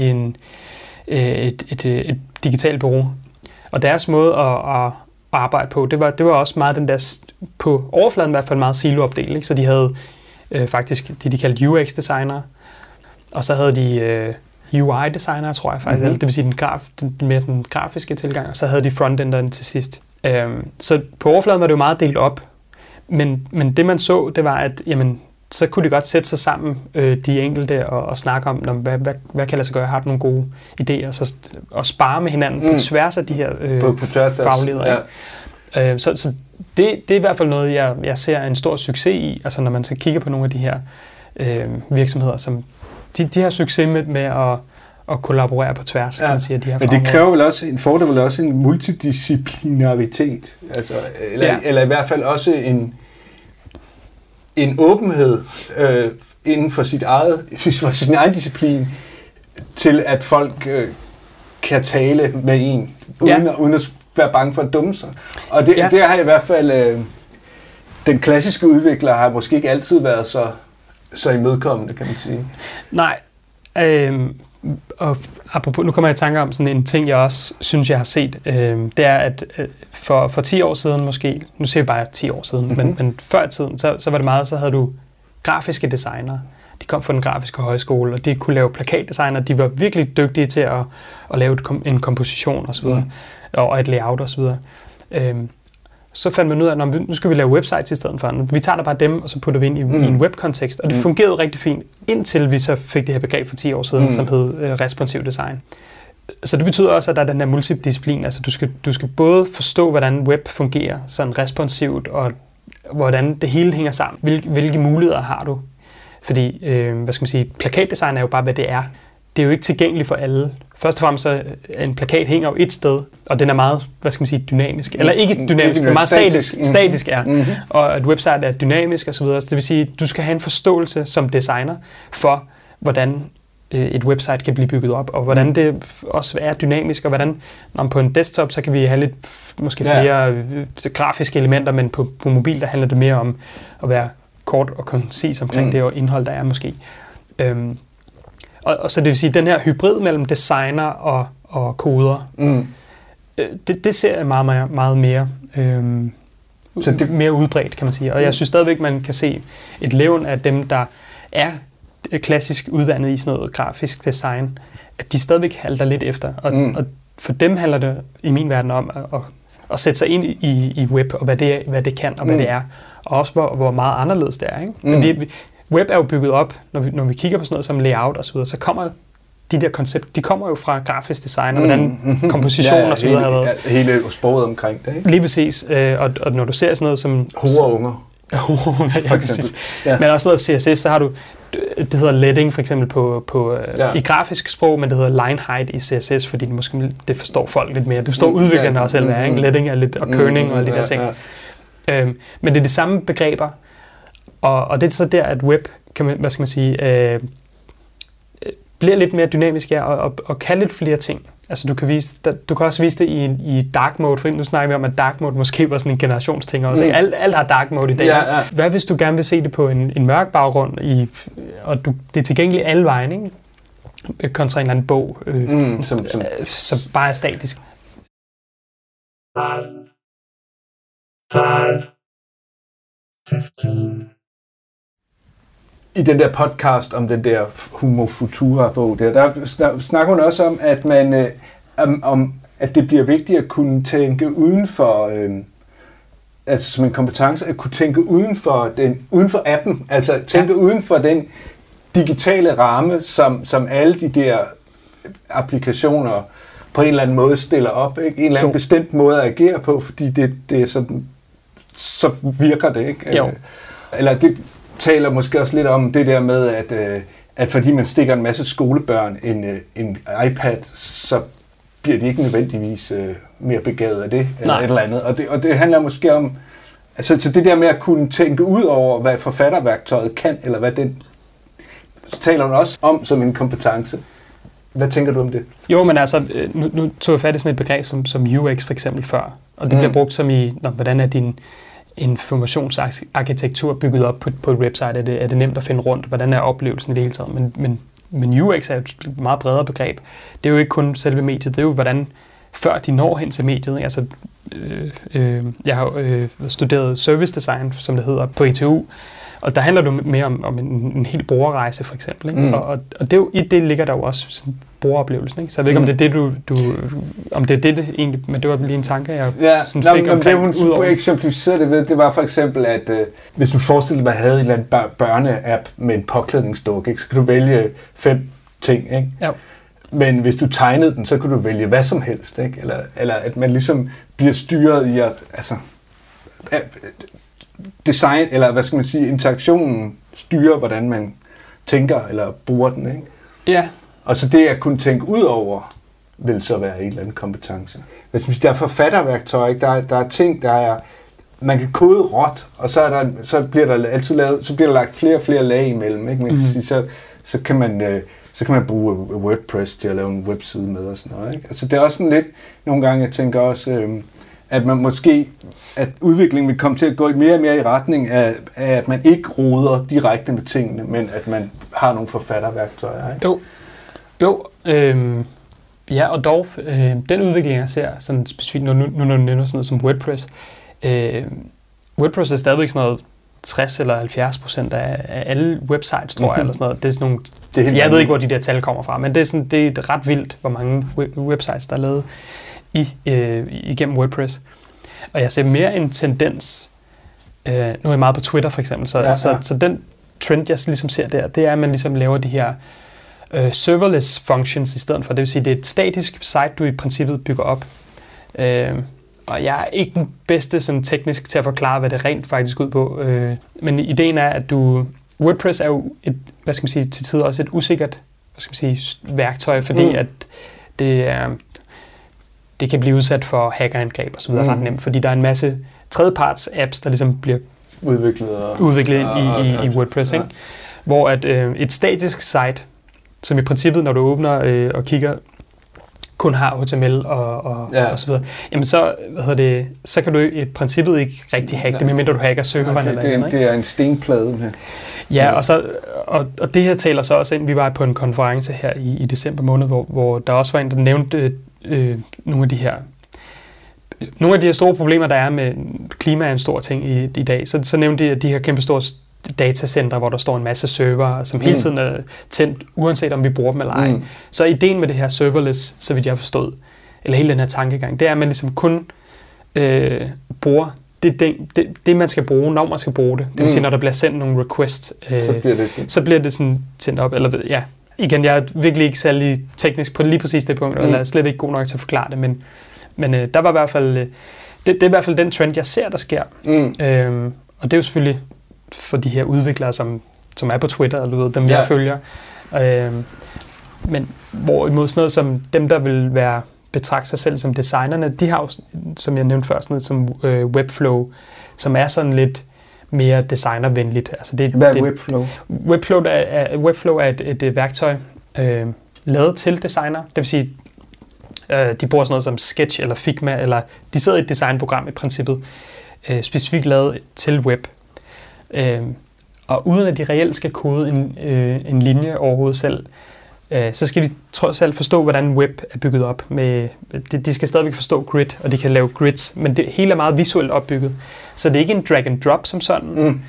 B: et digitalt bureau, og deres måde at arbejde på, det var også meget den der, på overfladen i hvert fald meget siloopdeling, så de havde faktisk det, de kaldte UX-designere, og så havde de UI-designer, tror jeg faktisk, det vil sige den grafiske tilgang, og så havde de frontenderen til sidst. Så på overfladen var det jo meget delt op, men det man så, det var, at jamen, så kunne de godt sætte sig sammen, de enkelte, og snakke om, hvad kan lade sig gøre, har du nogle gode idéer, og spare med hinanden på tværs af de her fagligheder. Ja. Så det er i hvert fald noget, jeg ser en stor succes i, altså når man så kigger på nogle af de her virksomheder, som de har succes med at kollaborere på tværs, kan man sige, de her
C: men det kræver vel også, fordrer vel også en multidisciplinaritet, altså, eller i hvert fald også en åbenhed inden for sin egen disciplin, til at folk kan tale med en, uden at være bange for at dumme sig. Og det har i hvert fald, den klassiske udvikler har måske ikke altid været så imødekommende, kan man sige.
B: Nej, og apropos, nu kommer jeg i tanke om sådan en ting, jeg også synes, jeg har set. Det er, at for 10 år siden måske, nu ser vi bare 10 år siden, men før i tiden, så var det meget, så havde du grafiske designere. De kom fra den grafiske højskole, og de kunne lave plakatdesigner. De var virkelig dygtige til at lave en komposition og så videre, og et layout og så videre. Så fandt man ud af, at nu skal vi lave websites i stedet for. Vi tager da bare dem, og så putter vi ind i en webkontekst. Og det fungerede rigtig fint, indtil vi så fik det her begreb for 10 år siden, som hed responsiv design. Så det betyder også, at der er den her multidisciplin. Altså du skal både forstå, hvordan web fungerer sådan responsivt, og hvordan det hele hænger sammen. Hvilke muligheder har du? Fordi, plakatdesign er jo bare, hvad det er. Det er jo ikke tilgængeligt for alle. Først og fremmest så en plakat hænger jo et sted, og den er meget, dynamisk. Eller ikke dynamisk, men meget statisk er. Og et website er dynamisk og så videre. Så det vil sige, at du skal have en forståelse som designer for, hvordan et website kan blive bygget op, og hvordan det også er dynamisk, og hvordan på en desktop, så kan vi have lidt, måske flere grafiske elementer, men på mobil, der handler det mere om at være kort og koncis omkring det indhold, der er måske. Og så det vil sige, den her hybrid mellem designer og koder, Det ser jeg meget mere så det mere udbredt, kan man sige. Og jeg synes stadigvæk, man kan se et levn af dem, der er klassisk uddannet i sådan noget grafisk design, at de stadigvæk halter lidt efter. Og for dem handler det i min verden om at sætte sig ind i web, og hvad det kan, og hvad det er. Og også hvor meget anderledes det er. Ikke? Men web er jo bygget op, når vi kigger på sådan noget som layout og så videre, så kommer de der koncepter, de kommer jo fra grafisk design, og hvordan komposition og så videre har været.
C: Hele sproget omkring det, ikke?
B: Lige præcis. Og når du ser sådan noget som...
C: Hoverunger.
B: Ja, præcis. Ja. Men også noget CSS, så har du, det hedder leading for eksempel i grafisk sprog, men det hedder line height i CSS, fordi det forstår folk lidt mere. Du forstår udviklerne også selv, ikke? Leading er lidt, og kerning og alle de der ting. Ja. Men det er de samme begreber, og det er så der, at web, bliver lidt mere dynamisk, og kan lidt flere ting. Altså du kan også vise det i dark mode, for nu snakker vi om, at dark mode måske var sådan en generationsting også. Alt har dark mode i dag. Ja. Hvad hvis du gerne vil se det på en mørk baggrund, og det er tilgængeligt alle vejen, ikke? Kontra en eller anden bog, som bare er statisk.
C: 15. I den der podcast om den der Homo Futura-bog, der snakker hun også om, at man at det bliver vigtigt at kunne tænke uden for, altså som en kompetence, at kunne tænke uden for appen, altså tænke uden for den digitale ramme, som alle de der applikationer på en eller anden måde stiller op, ikke? En eller anden bestemt måde at agere på, fordi det er sådan, så virker det, ikke?
B: Jo.
C: Eller det taler måske også lidt om det der med, at fordi man stikker en masse skolebørn en iPad, så bliver de ikke nødvendigvis mere begavet af det, eller et eller andet. Og det handler måske om, altså så det der med at kunne tænke ud over, hvad forfatterværktøjet kan, eller hvad den taler hun også om som en kompetence. Hvad tænker du om det?
B: Jo, men altså, nu tog jeg fat i sådan et begreb som UX for eksempel før, og det bliver brugt som i, hvordan er din informationsarkitektur bygget op på et website? Er det nemt at finde rundt? Hvordan er oplevelsen i det hele taget? Men UX er et meget bredere begreb. Det er jo ikke kun selve mediet, det er jo hvordan før de når hen til mediet. Ikke? Altså, jeg har studeret service design, som det hedder, på ETU, og der handler det mere om en hel brugerrejse, for eksempel. Ikke? Og det er jo, i det ligger der jo også sådan brugeroplevelsen. Ikke? Så jeg ved ikke, om det er det, om det er det egentlig, men det var lige en tanke, jeg fik omkring.
C: Det, hun eksemplificerede det ved, det var for eksempel, at hvis du forestiller dig, at man havde en eller anden børne-app med en påklædningsdukke, så kan du vælge 5 ting, ikke? Ja. Men hvis du tegnede den, så kan du vælge hvad som helst, ikke? Eller at man ligesom bliver styret i at, altså, design, eller hvad skal man sige, interaktionen styrer, hvordan man tænker eller bruger den, ikke?
B: Ja.
C: Og så det at kunne tænke ud over, vil så være en eller anden kompetence. Hvis der er forfatterværktøj, ikke? Der er ting, der er, man kan kode råt, og så bliver der lagt flere og flere lag imellem, ikke? Man kan sige, så kan man bruge WordPress til at lave en webside med og sådan noget, ikke? Altså det er også sådan lidt, nogle gange jeg tænker også, at man måske, at udviklingen vil komme til at gå mere og mere i retning af at man ikke roder direkte med tingene, men at man har nogle forfatterværktøjer, ikke?
B: Jo, ja, og dog, den udvikling, jeg ser sådan specifikt, når du nævner sådan noget som WordPress, WordPress er stadigvæk sådan noget 60 eller 70% af alle websites, tror jeg, eller sådan noget. Det er sådan nogle, jeg ved ikke, hvor de der tal kommer fra, men det er ret vildt, hvor mange websites, der er lavet igennem WordPress. Og jeg ser mere en tendens, nu er jeg meget på Twitter for eksempel, så den trend, jeg ligesom ser der, det er, at man ligesom laver de her serverless functions i stedet for. Det vil sige, det er et statisk site, du i princippet bygger op. Og jeg er ikke den bedste sådan teknisk til at forklare, hvad det rent faktisk ud på. Men ideen er, at WordPress er jo til tider også et usikkert, værktøj, fordi at det kan blive udsat for hackerangreb og så videre ret nemt, fordi der er en masse tredjeparts apps, der ligesom bliver udviklet i WordPress, ikke? Hvor at et statisk site, som i princippet, når du åbner og kigger, kun har HTML og så videre, jamen så kan du i princippet ikke rigtig hacke det, medmindre du hacker serveren eller andet.
C: Det er en stenplade med.
B: Ja, og det her taler så også ind. Vi var på en konference her i december måned, hvor der også var en, der nævnte nogle af de her Nogle af de her store problemer, der er med klima er en stor ting i dag, så nævnte de, at de her kæmpe store datacentre, hvor der står en masse server, som hele tiden er tændt, uanset om vi bruger dem eller ej. Så ideen med det her serverless, så vidt jeg har forstået, eller hele den her tankegang, det er, at man ligesom kun bruger det, man skal bruge, når man skal bruge det. Det vil sige, når der bliver sendt nogle requests, så bliver det sådan tændt op. Eller, ja. Igen, jeg er virkelig ikke særlig teknisk på lige præcis det punkt, eller er slet ikke god nok til at forklare det, men der var i hvert fald, det er i hvert fald den trend, jeg ser, der sker. Og det er jo selvfølgelig for de her udviklere, som er på Twitter, eller ved, dem jeg følger. Men hvorimod sådan noget som dem, der vil betragte sig selv som designerne, de har jo, som jeg nævnte før, sådan noget som Webflow, som er sådan lidt mere designervenligt. Altså
C: hvad er Webflow?
B: Webflow er et værktøj lavet til designer. Det vil sige, de bruger sådan noget som Sketch eller Figma, eller de sidder i et designprogram i princippet, specifikt lavet til web. Og uden at de reelt skal kode en linje overhovedet selv, så skal de trods alt forstå, hvordan web er bygget op. De skal stadigvæk forstå grid, og de kan lave grids, men det hele er meget visuelt opbygget. Så det er ikke en drag and drop som sådan.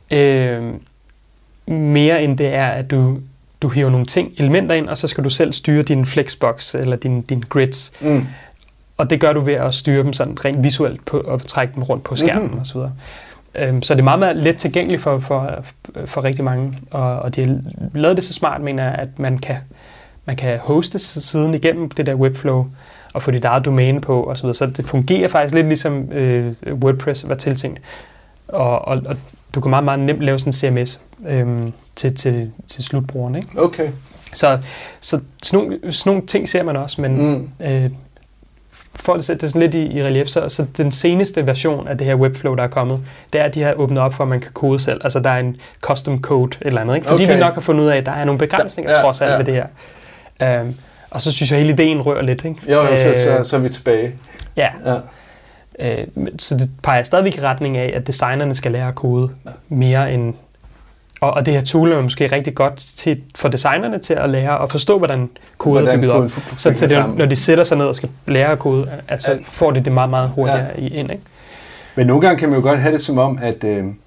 B: Mere end det er, at du hiver nogle elementer ind, og så skal du selv styre din flexbox eller din grids. Og det gør du ved at styre dem sådan rent visuelt og trække dem rundt på skærmen osv. Så det er meget, meget let tilgængeligt for rigtig mange, og de har lavet det så smart, mener jeg, at man kan hoste siden igennem det der Webflow, og få dit eget domæne på, og så videre. Så det fungerer faktisk lidt ligesom WordPress var tiltænkt. Og du kan meget, meget nemt lave sådan en CMS til slutbrugeren, ikke?
C: Okay.
B: Så sådan nogle ting ser man også, men for at sætte det sådan lidt i relief, så den seneste version af det her Webflow, der er kommet, det er, at de har åbnet op for, at man kan kode selv. Altså, der er en custom code eller andet, ikke? Fordi vi nok har fundet ud af, at der er nogle begrænsninger trods alt ved det her. Og så synes jeg, at hele ideen rører lidt, ikke?
C: Jo, så er vi tilbage.
B: Ja. Så det peger stadigvæk i retning af, at designerne skal lære at kode mere end... Og det her tool er måske rigtig godt for designerne til at lære at forstå, hvordan kode er bygget op. Så det, når de sætter sig ned og skal lære at kode, så får de det meget, meget hurtigere ind. Ikke?
C: Men nogle gange kan man jo godt have det som om, at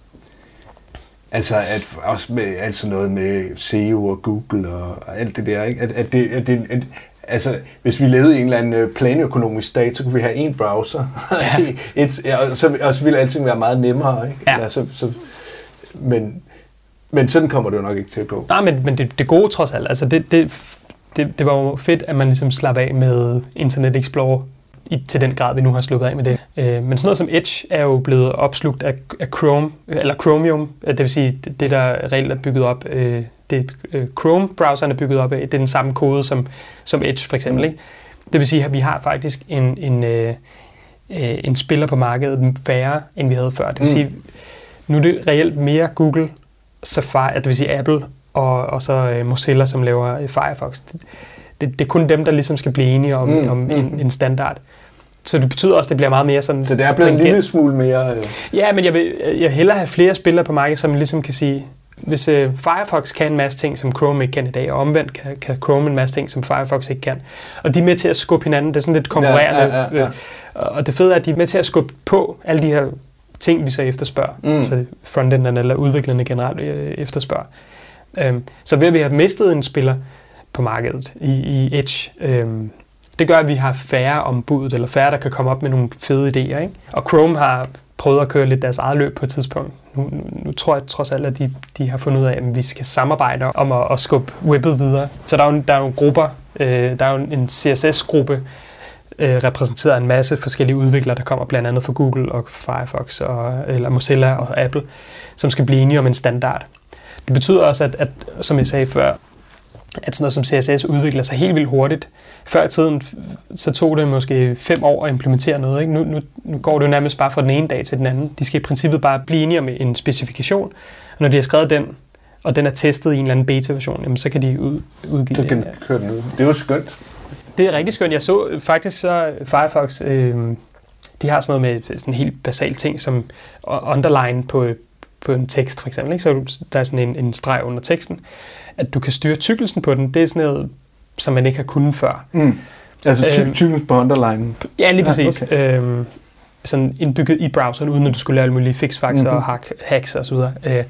C: også med altså noget med SEO og Google og alt det der, ikke? Altså, hvis vi levede i en eller anden planøkonomisk stat, så kunne vi have én browser, og så ville alting være meget nemmere. Ikke?
B: Ja.
C: Altså, men sådan kommer det jo nok ikke til at gå.
B: Nej, men det gode trods alt, altså det var jo fedt, at man ligesom slap af med Internet Explorer til den grad, vi nu har sluppet af med det. Men sådan noget som Edge er jo blevet opslugt af Chrome, eller Chromium, det vil sige, det der reelt er bygget op, det Chrome-browseren er bygget op af, det er den samme kode som Edge for eksempel. Ikke? Det vil sige, at vi har faktisk en spiller på markedet færre, end vi havde før. Det vil sige, nu er det reelt mere Google, Safari, det vil sige Apple og så Mozilla, som laver Firefox. Det er kun dem, der ligesom skal blive enige om en standard. Så det betyder også, at det bliver meget mere sådan...
C: Så det er blevet en lille smule mere...
B: Ja, men jeg vil hellere have flere spillere på markedet, som ligesom kan sige, hvis Firefox kan en masse ting, som Chrome ikke kan i dag, og omvendt kan Chrome en masse ting, som Firefox ikke kan. Og de er med til at skubbe hinanden. Det er sådan lidt konkurrerende. Ja. Og det fede er, at de er med til at skubbe på alle de her ting, vi så efterspørger. Altså frontenderne eller udviklerne generelt efterspørger. Så ved at vi har mistet en spiller på markedet i Edge, det gør, at vi har færre ombud, eller færre, der kan komme op med nogle fede idéer. Ikke? Og Chrome har prøvet at køre lidt deres eget løb på et tidspunkt. Nu tror jeg trods alt, at de har fundet ud af, at vi skal samarbejde om at skubbe webbet videre. Så der er jo grupper, der er jo en CSS-gruppe, repræsenteret af en masse forskellige udviklere, der kommer blandt andet fra Google og Firefox, eller Mozilla og Apple, som skal blive enige om en standard. Det betyder også, at som jeg sagde før, at sådan noget som CSS udvikler sig helt vildt hurtigt. Før i tiden, så tog det måske 5 år at implementere noget. Ikke? Nu går det jo nærmest bare fra den ene dag til den anden. De skal i princippet bare blive enige om en specifikation, og når de har skrevet den, og den er testet i en eller anden beta-version, jamen, så kan de udgive
C: så kan køre den ud. Det er jo skønt.
B: Det er rigtig skønt. Jeg så faktisk så Firefox, de har sådan noget med sådan en helt basal ting, som underline på en tekst for eksempel. Ikke? Så der er sådan en streg under teksten. At du kan styre tykkelsen på den, det er sådan noget, som man ikke har kunnet før.
C: Altså typen på underline?
B: Ja, lige præcis. Okay. Sådan indbygget i browseren, uden at du skulle lave alle mulige fixfaxer og hacks og så videre.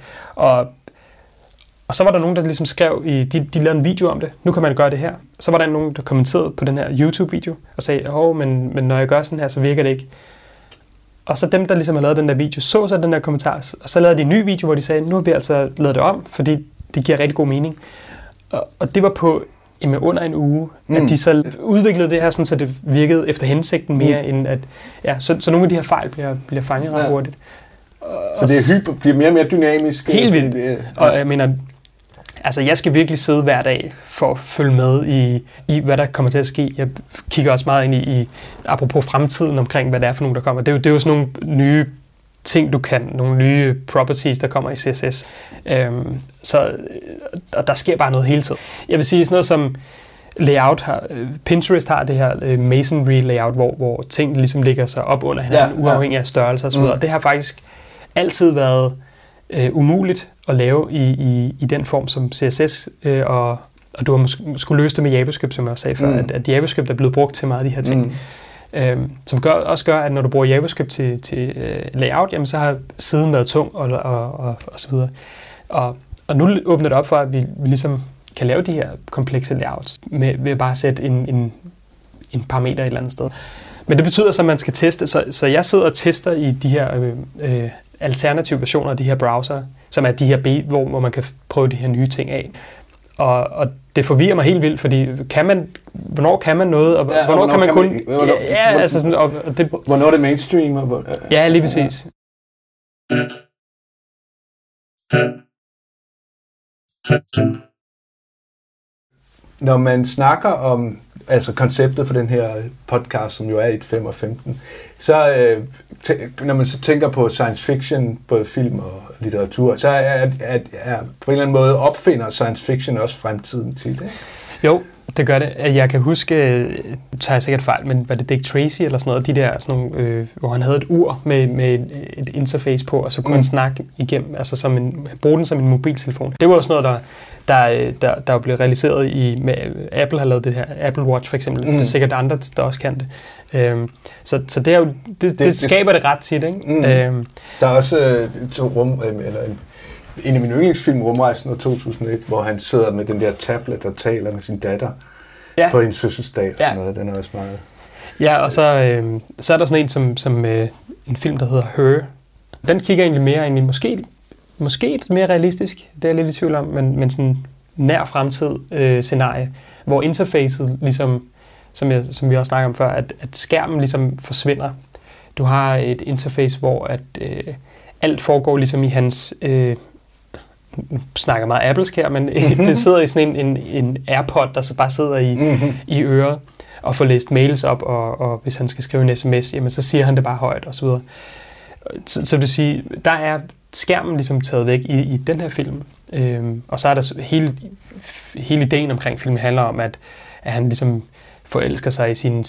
B: Og så var der nogen, der ligesom skrev, de lavede en video om det. Nu kan man gøre det her. Så var der nogen, der kommenterede på den her YouTube-video og sagde, men når jeg gør sådan her, så virker det ikke. Og så dem, der ligesom har lavet den der video, så den der kommentar, og så lavede de en ny video, hvor de sagde, nu har vi altså lavet det om, fordi det giver rigtig god mening. Og det var på under en uge, at de så udviklede det her, sådan, så det virkede efter hensigten mere, end at... Ja, så nogle af de her fejl bliver fanget ret hurtigt.
C: Så det bliver mere og mere dynamisk?
B: Helt vildt. Og jeg mener, altså jeg skal virkelig sidde hver dag for at følge med i hvad der kommer til at ske. Jeg kigger også meget ind i apropos fremtiden omkring, hvad det er for nogle, der kommer. Det er jo sådan nogle nye ting, du kan, nogle nye properties, der kommer i CSS. Så der sker bare noget hele tiden. Jeg vil sige sådan noget som layout. Pinterest har det her masonry layout, hvor ting ligesom ligger sig op under hinanden, uafhængig af størrelse og så videre. Det har faktisk altid været umuligt at lave i den form som CSS, og du har skulle løse det med JavaScript, som jeg også sagde før, at JavaScript er blevet brugt til meget af de her ting. Som også gør, at når du bruger JavaScript til layout, jamen, så har siden været tung og så videre. Og nu åbner det op for, at vi ligesom kan lave de her komplekse layouts ved at bare sætte en parameter et eller andet sted. Men det betyder så, at man skal teste. Så jeg sidder og tester i de her alternative versioner af de her browser, som er de her hvor man kan prøve de her nye ting af. Og det forvirrer mig helt vildt, fordi hvornår kan man noget, og hvornår kan man kun... Altså sådan, og det,
C: hvornår er det mainstream?
B: Ja, lige præcis.
C: Når man snakker om altså konceptet for den her podcast, som jo er 1, 5 og 15, så når man så tænker på science fiction, både film og litteratur, så er på en eller anden måde opfinder science fiction også fremtiden til det?
B: Jo, det gør det. Jeg kan huske, tager jeg sikkert fejl, men var det Dick Tracy eller sådan noget, de der sådan nogle, hvor han havde et ur med et interface på, og så kunne han snakke igennem, altså bruge den som en mobiltelefon. Det var jo sådan noget, der blev realiseret med Apple har lavet det her, Apple Watch for eksempel. Det er sikkert andre, der også kan det. Så det er jo, det skaber det ret tit, ikke?
C: Der er også en af mine yndlingsfilm, Rumrejsen af 2001, hvor han sidder med den der tablet og taler med sin datter på hendes fødselsdag og sådan noget. Den er også meget...
B: Ja, og så er der sådan en som en film, der hedder Her. Den kigger egentlig mere ind i måske mere realistisk, det er jeg lidt i tvivl om, men sådan nær fremtid scenarie, hvor interfacet ligesom, som vi også snakker om før, at skærmen ligesom forsvinder. Du har et interface, hvor alt foregår ligesom i hans... snakker meget applesk her, men det sidder i sådan en AirPod, der så bare sidder i øret og får læst mails op, og hvis han skal skrive en sms, jamen så siger han det bare højt og så videre. Så vil sige, der er skærmen ligesom taget væk i den her film, og så er der hele ideen omkring filmen handler om, at han ligesom forelsker sig i sin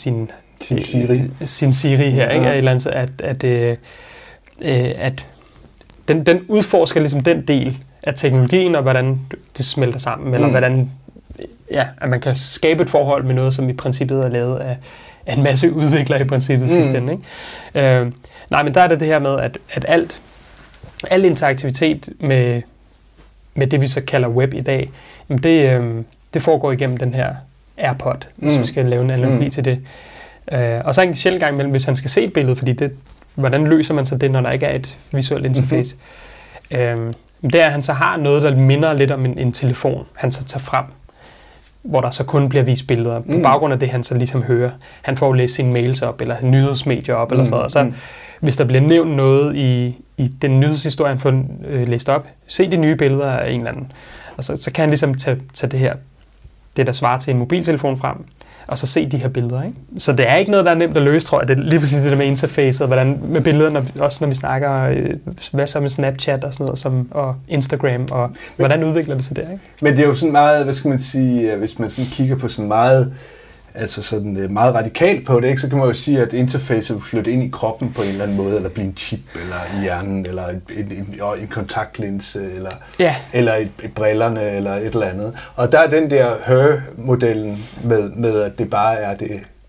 B: Siri her, ikke? Eller andet, at den udforsker ligesom den del af teknologien, og hvordan det smelter sammen, eller hvordan at man kan skabe et forhold med noget, som i princippet er lavet af en masse udviklere i princippet sidste ende. Ikke? Nej, men der er det her med, at al interaktivitet med det, vi så kalder web i dag, det foregår igennem den her AirPod, hvis vi skal lave en analogi til det. Og så en sjældent gang imellem, hvis han skal se et billede, fordi hvordan løser man så det, når der ikke er et visuelt interface? Det er, at han så har noget, der minder lidt om en telefon, han så tager frem, hvor der så kun bliver vist billeder. På baggrund af det, han så ligesom hører. Han får læst sine mails op, eller nyhedsmedier op, eller sådan noget. Og så, hvis der bliver nævnt noget i den nyhedshistorie, han får læst op, se de nye billeder af en eller anden. Og så kan han ligesom tage det, der svarer til en mobiltelefon frem, og så se de her billeder, ikke? Så det er ikke noget, der er nemt at løse, tror jeg. Det er lige præcis det der med interfacet, hvordan med billederne, også når vi snakker, hvad så med Snapchat og sådan noget, og Instagram, og hvordan udvikler det sig der, ikke?
C: Men det er jo sådan meget, hvad skal man sige, hvis man sådan kigger på sådan meget, altså sådan meget radikalt på det, ikke, så kan man jo sige, at interfacet vil flytte ind i kroppen på en eller anden måde, eller blive en chip, eller i hjernen, eller en kontaktlinse, eller et brillerne, eller et eller andet. Og der er den der Her-modellen med at det bare er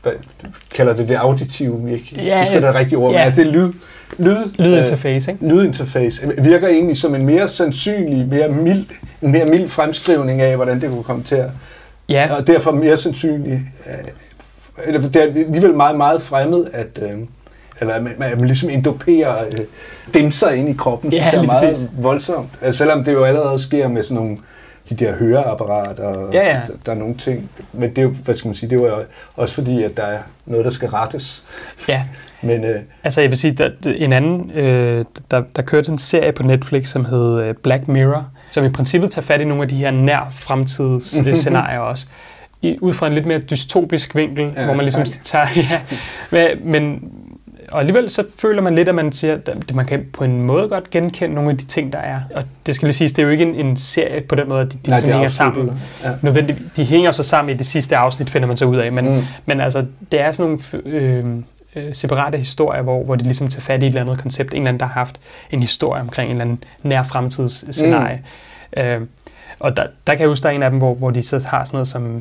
C: kalder det auditive, ikke?
B: Ja,
C: det er det rigtige ord,
B: ja.
C: men det er
B: lydinterface, ikke?
C: Lydinterface virker egentlig som en mere sandsynlig, mere mild fremskrivning af, hvordan det kunne komme til at...
B: Ja.
C: Og derfor mere sandsynlig... det er alligevel meget, meget fremmed, at... eller at man ligesom endoperer dimser ind i kroppen,
B: ja,
C: så det er meget
B: præcis.
C: Voldsomt. Altså, selvom det jo allerede sker med sådan nogle de der høreapparater,
B: ja.
C: Der er nogle ting. Men det er jo, hvad skal man sige, det er jo også fordi, at der er noget, der skal rettes.
B: Ja,
C: men,
B: altså jeg vil sige, en anden, der kørte en serie på Netflix, som hed Black Mirror, som i princippet tager fat i nogle af de her nær fremtidsscenarier også. Ud fra en lidt mere dystopisk vinkel, hvor man ligesom tager... Ja, men og alligevel så føler man lidt, at man siger, at man kan på en måde godt genkende nogle af de ting, der er. Og det skal lige siges, det er jo ikke en serie på den måde, at de ligesom hænger sammen. Ja. De hænger så sammen i det sidste afsnit, finder man så ud af. Men altså, det er sådan nogle separate historier, hvor de ligesom tager fat i et eller andet koncept. En eller anden, der har haft en historie omkring en eller anden nær fremtidsscenarie. Og der kan jeg huske, der er en af dem, hvor de så har sådan noget som...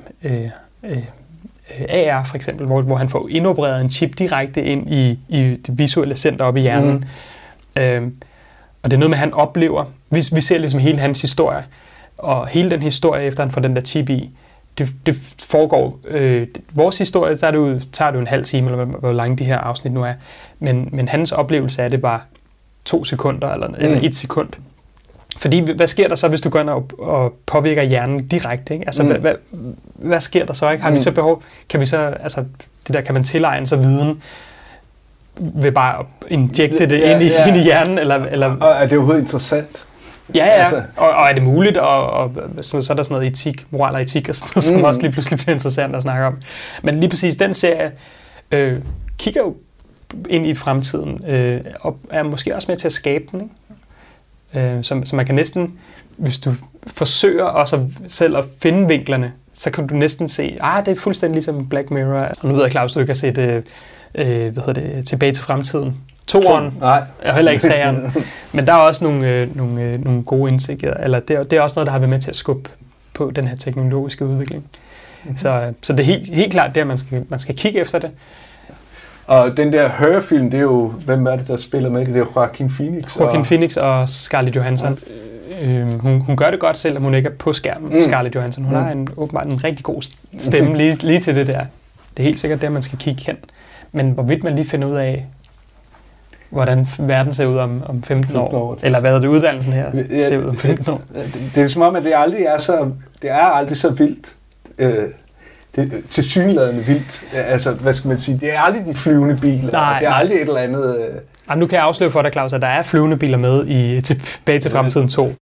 B: AR for eksempel, hvor han får indopereret en chip direkte ind i det visuelle center oppe i hjernen. Og det er noget med, at han oplever, vi ser ligesom hele hans historie, og hele den historie, efter han får den der chip i, det foregår, vores historie, tager det jo en halv time, eller hvor lange de her afsnit nu er, men hans oplevelse af det bare 2 sekunder, eller 1 sekund. Fordi, hvad sker der så, hvis du går ind og påvirker hjernen direkte? Ikke? Altså, hvad sker der så? Ikke? Har vi så behov? Kan vi så, altså, det der, kan man tilegne sig viden ved bare at injekte det ind i hjernen? Eller?
C: Og er det overhovedet interessant?
B: Ja. Altså. Og er det muligt? Og så er der sådan noget etik, moral og etik, og sådan noget, som også lige pludselig bliver interessant at snakke om. Men lige præcis den serie kigger jo ind i fremtiden, og er måske også med til at skabe den, ikke? Så man kan næsten, hvis du forsøger også selv at finde vinklerne, så kan du næsten se, det er fuldstændig ligesom Black Mirror. Og nu ved jeg, Claus, du ikke har set Tilbage til fremtiden. 2'eren, og heller ikke 3'eren. Men der er også nogle gode indsigter, eller det er også noget, der har været med til at skubbe på den her teknologiske udvikling. Så det er helt klart der, man skal kigge efter det.
C: Og den der Her-film, det er jo, hvem er det, der spiller med det? Det er Joaquin Phoenix.
B: Phoenix og Scarlett Johansson. Hun gør det godt, selvom hun ikke er på skærmen, Scarlett Johansson. Hun har åbenbart en rigtig god stemme lige til det der. Det er helt sikkert der, man skal kigge hen. Men hvorvidt man lige finder ud af, hvordan verden ser ud om 15 år, eller hvad det uddannelsen her ser ud om 15 år.
C: Det er som om, at det er aldrig så vildt. Det er tilsyneladende vildt. Altså, hvad skal man sige? Det er aldrig de flyvende biler. Det er aldrig et eller andet...
B: Jamen, nu kan jeg afsløre for dig, Claus, at der er flyvende biler med i Tilbage til fremtiden 2. 1,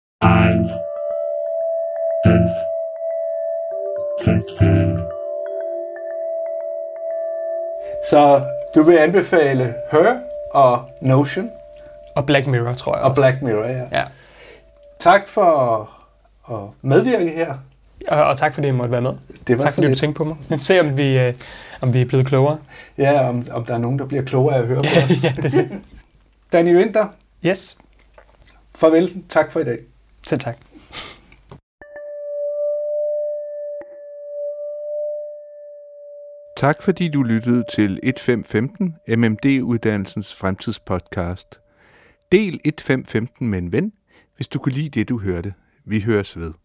C: 15. Så du vil anbefale Her og Notion?
B: Og Black Mirror, tror jeg
C: også. Og Black Mirror, ja. Tak for at medvirke her.
B: Og tak fordi jeg måtte være med. Tak fordi du tænkte på mig. Se om vi er blevet klogere.
C: Ja, om der er nogen, der bliver klogere af at høre på os.
B: Ja, det er det.
C: Danny Winther.
B: Yes.
C: Farvel. Tak for i dag.
B: Selv tak.
A: Tak fordi du lyttede til 1515, MMD-uddannelsens fremtidspodcast. Del 1515 med en ven, hvis du kunne lide det, du hørte. Vi høres ved.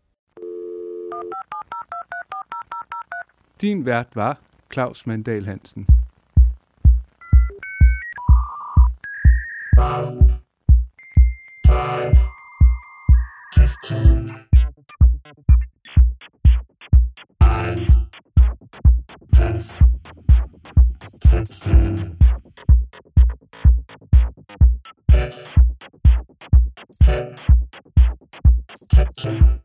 A: Din vært var Claus Mandahl Hansen. Fifteen.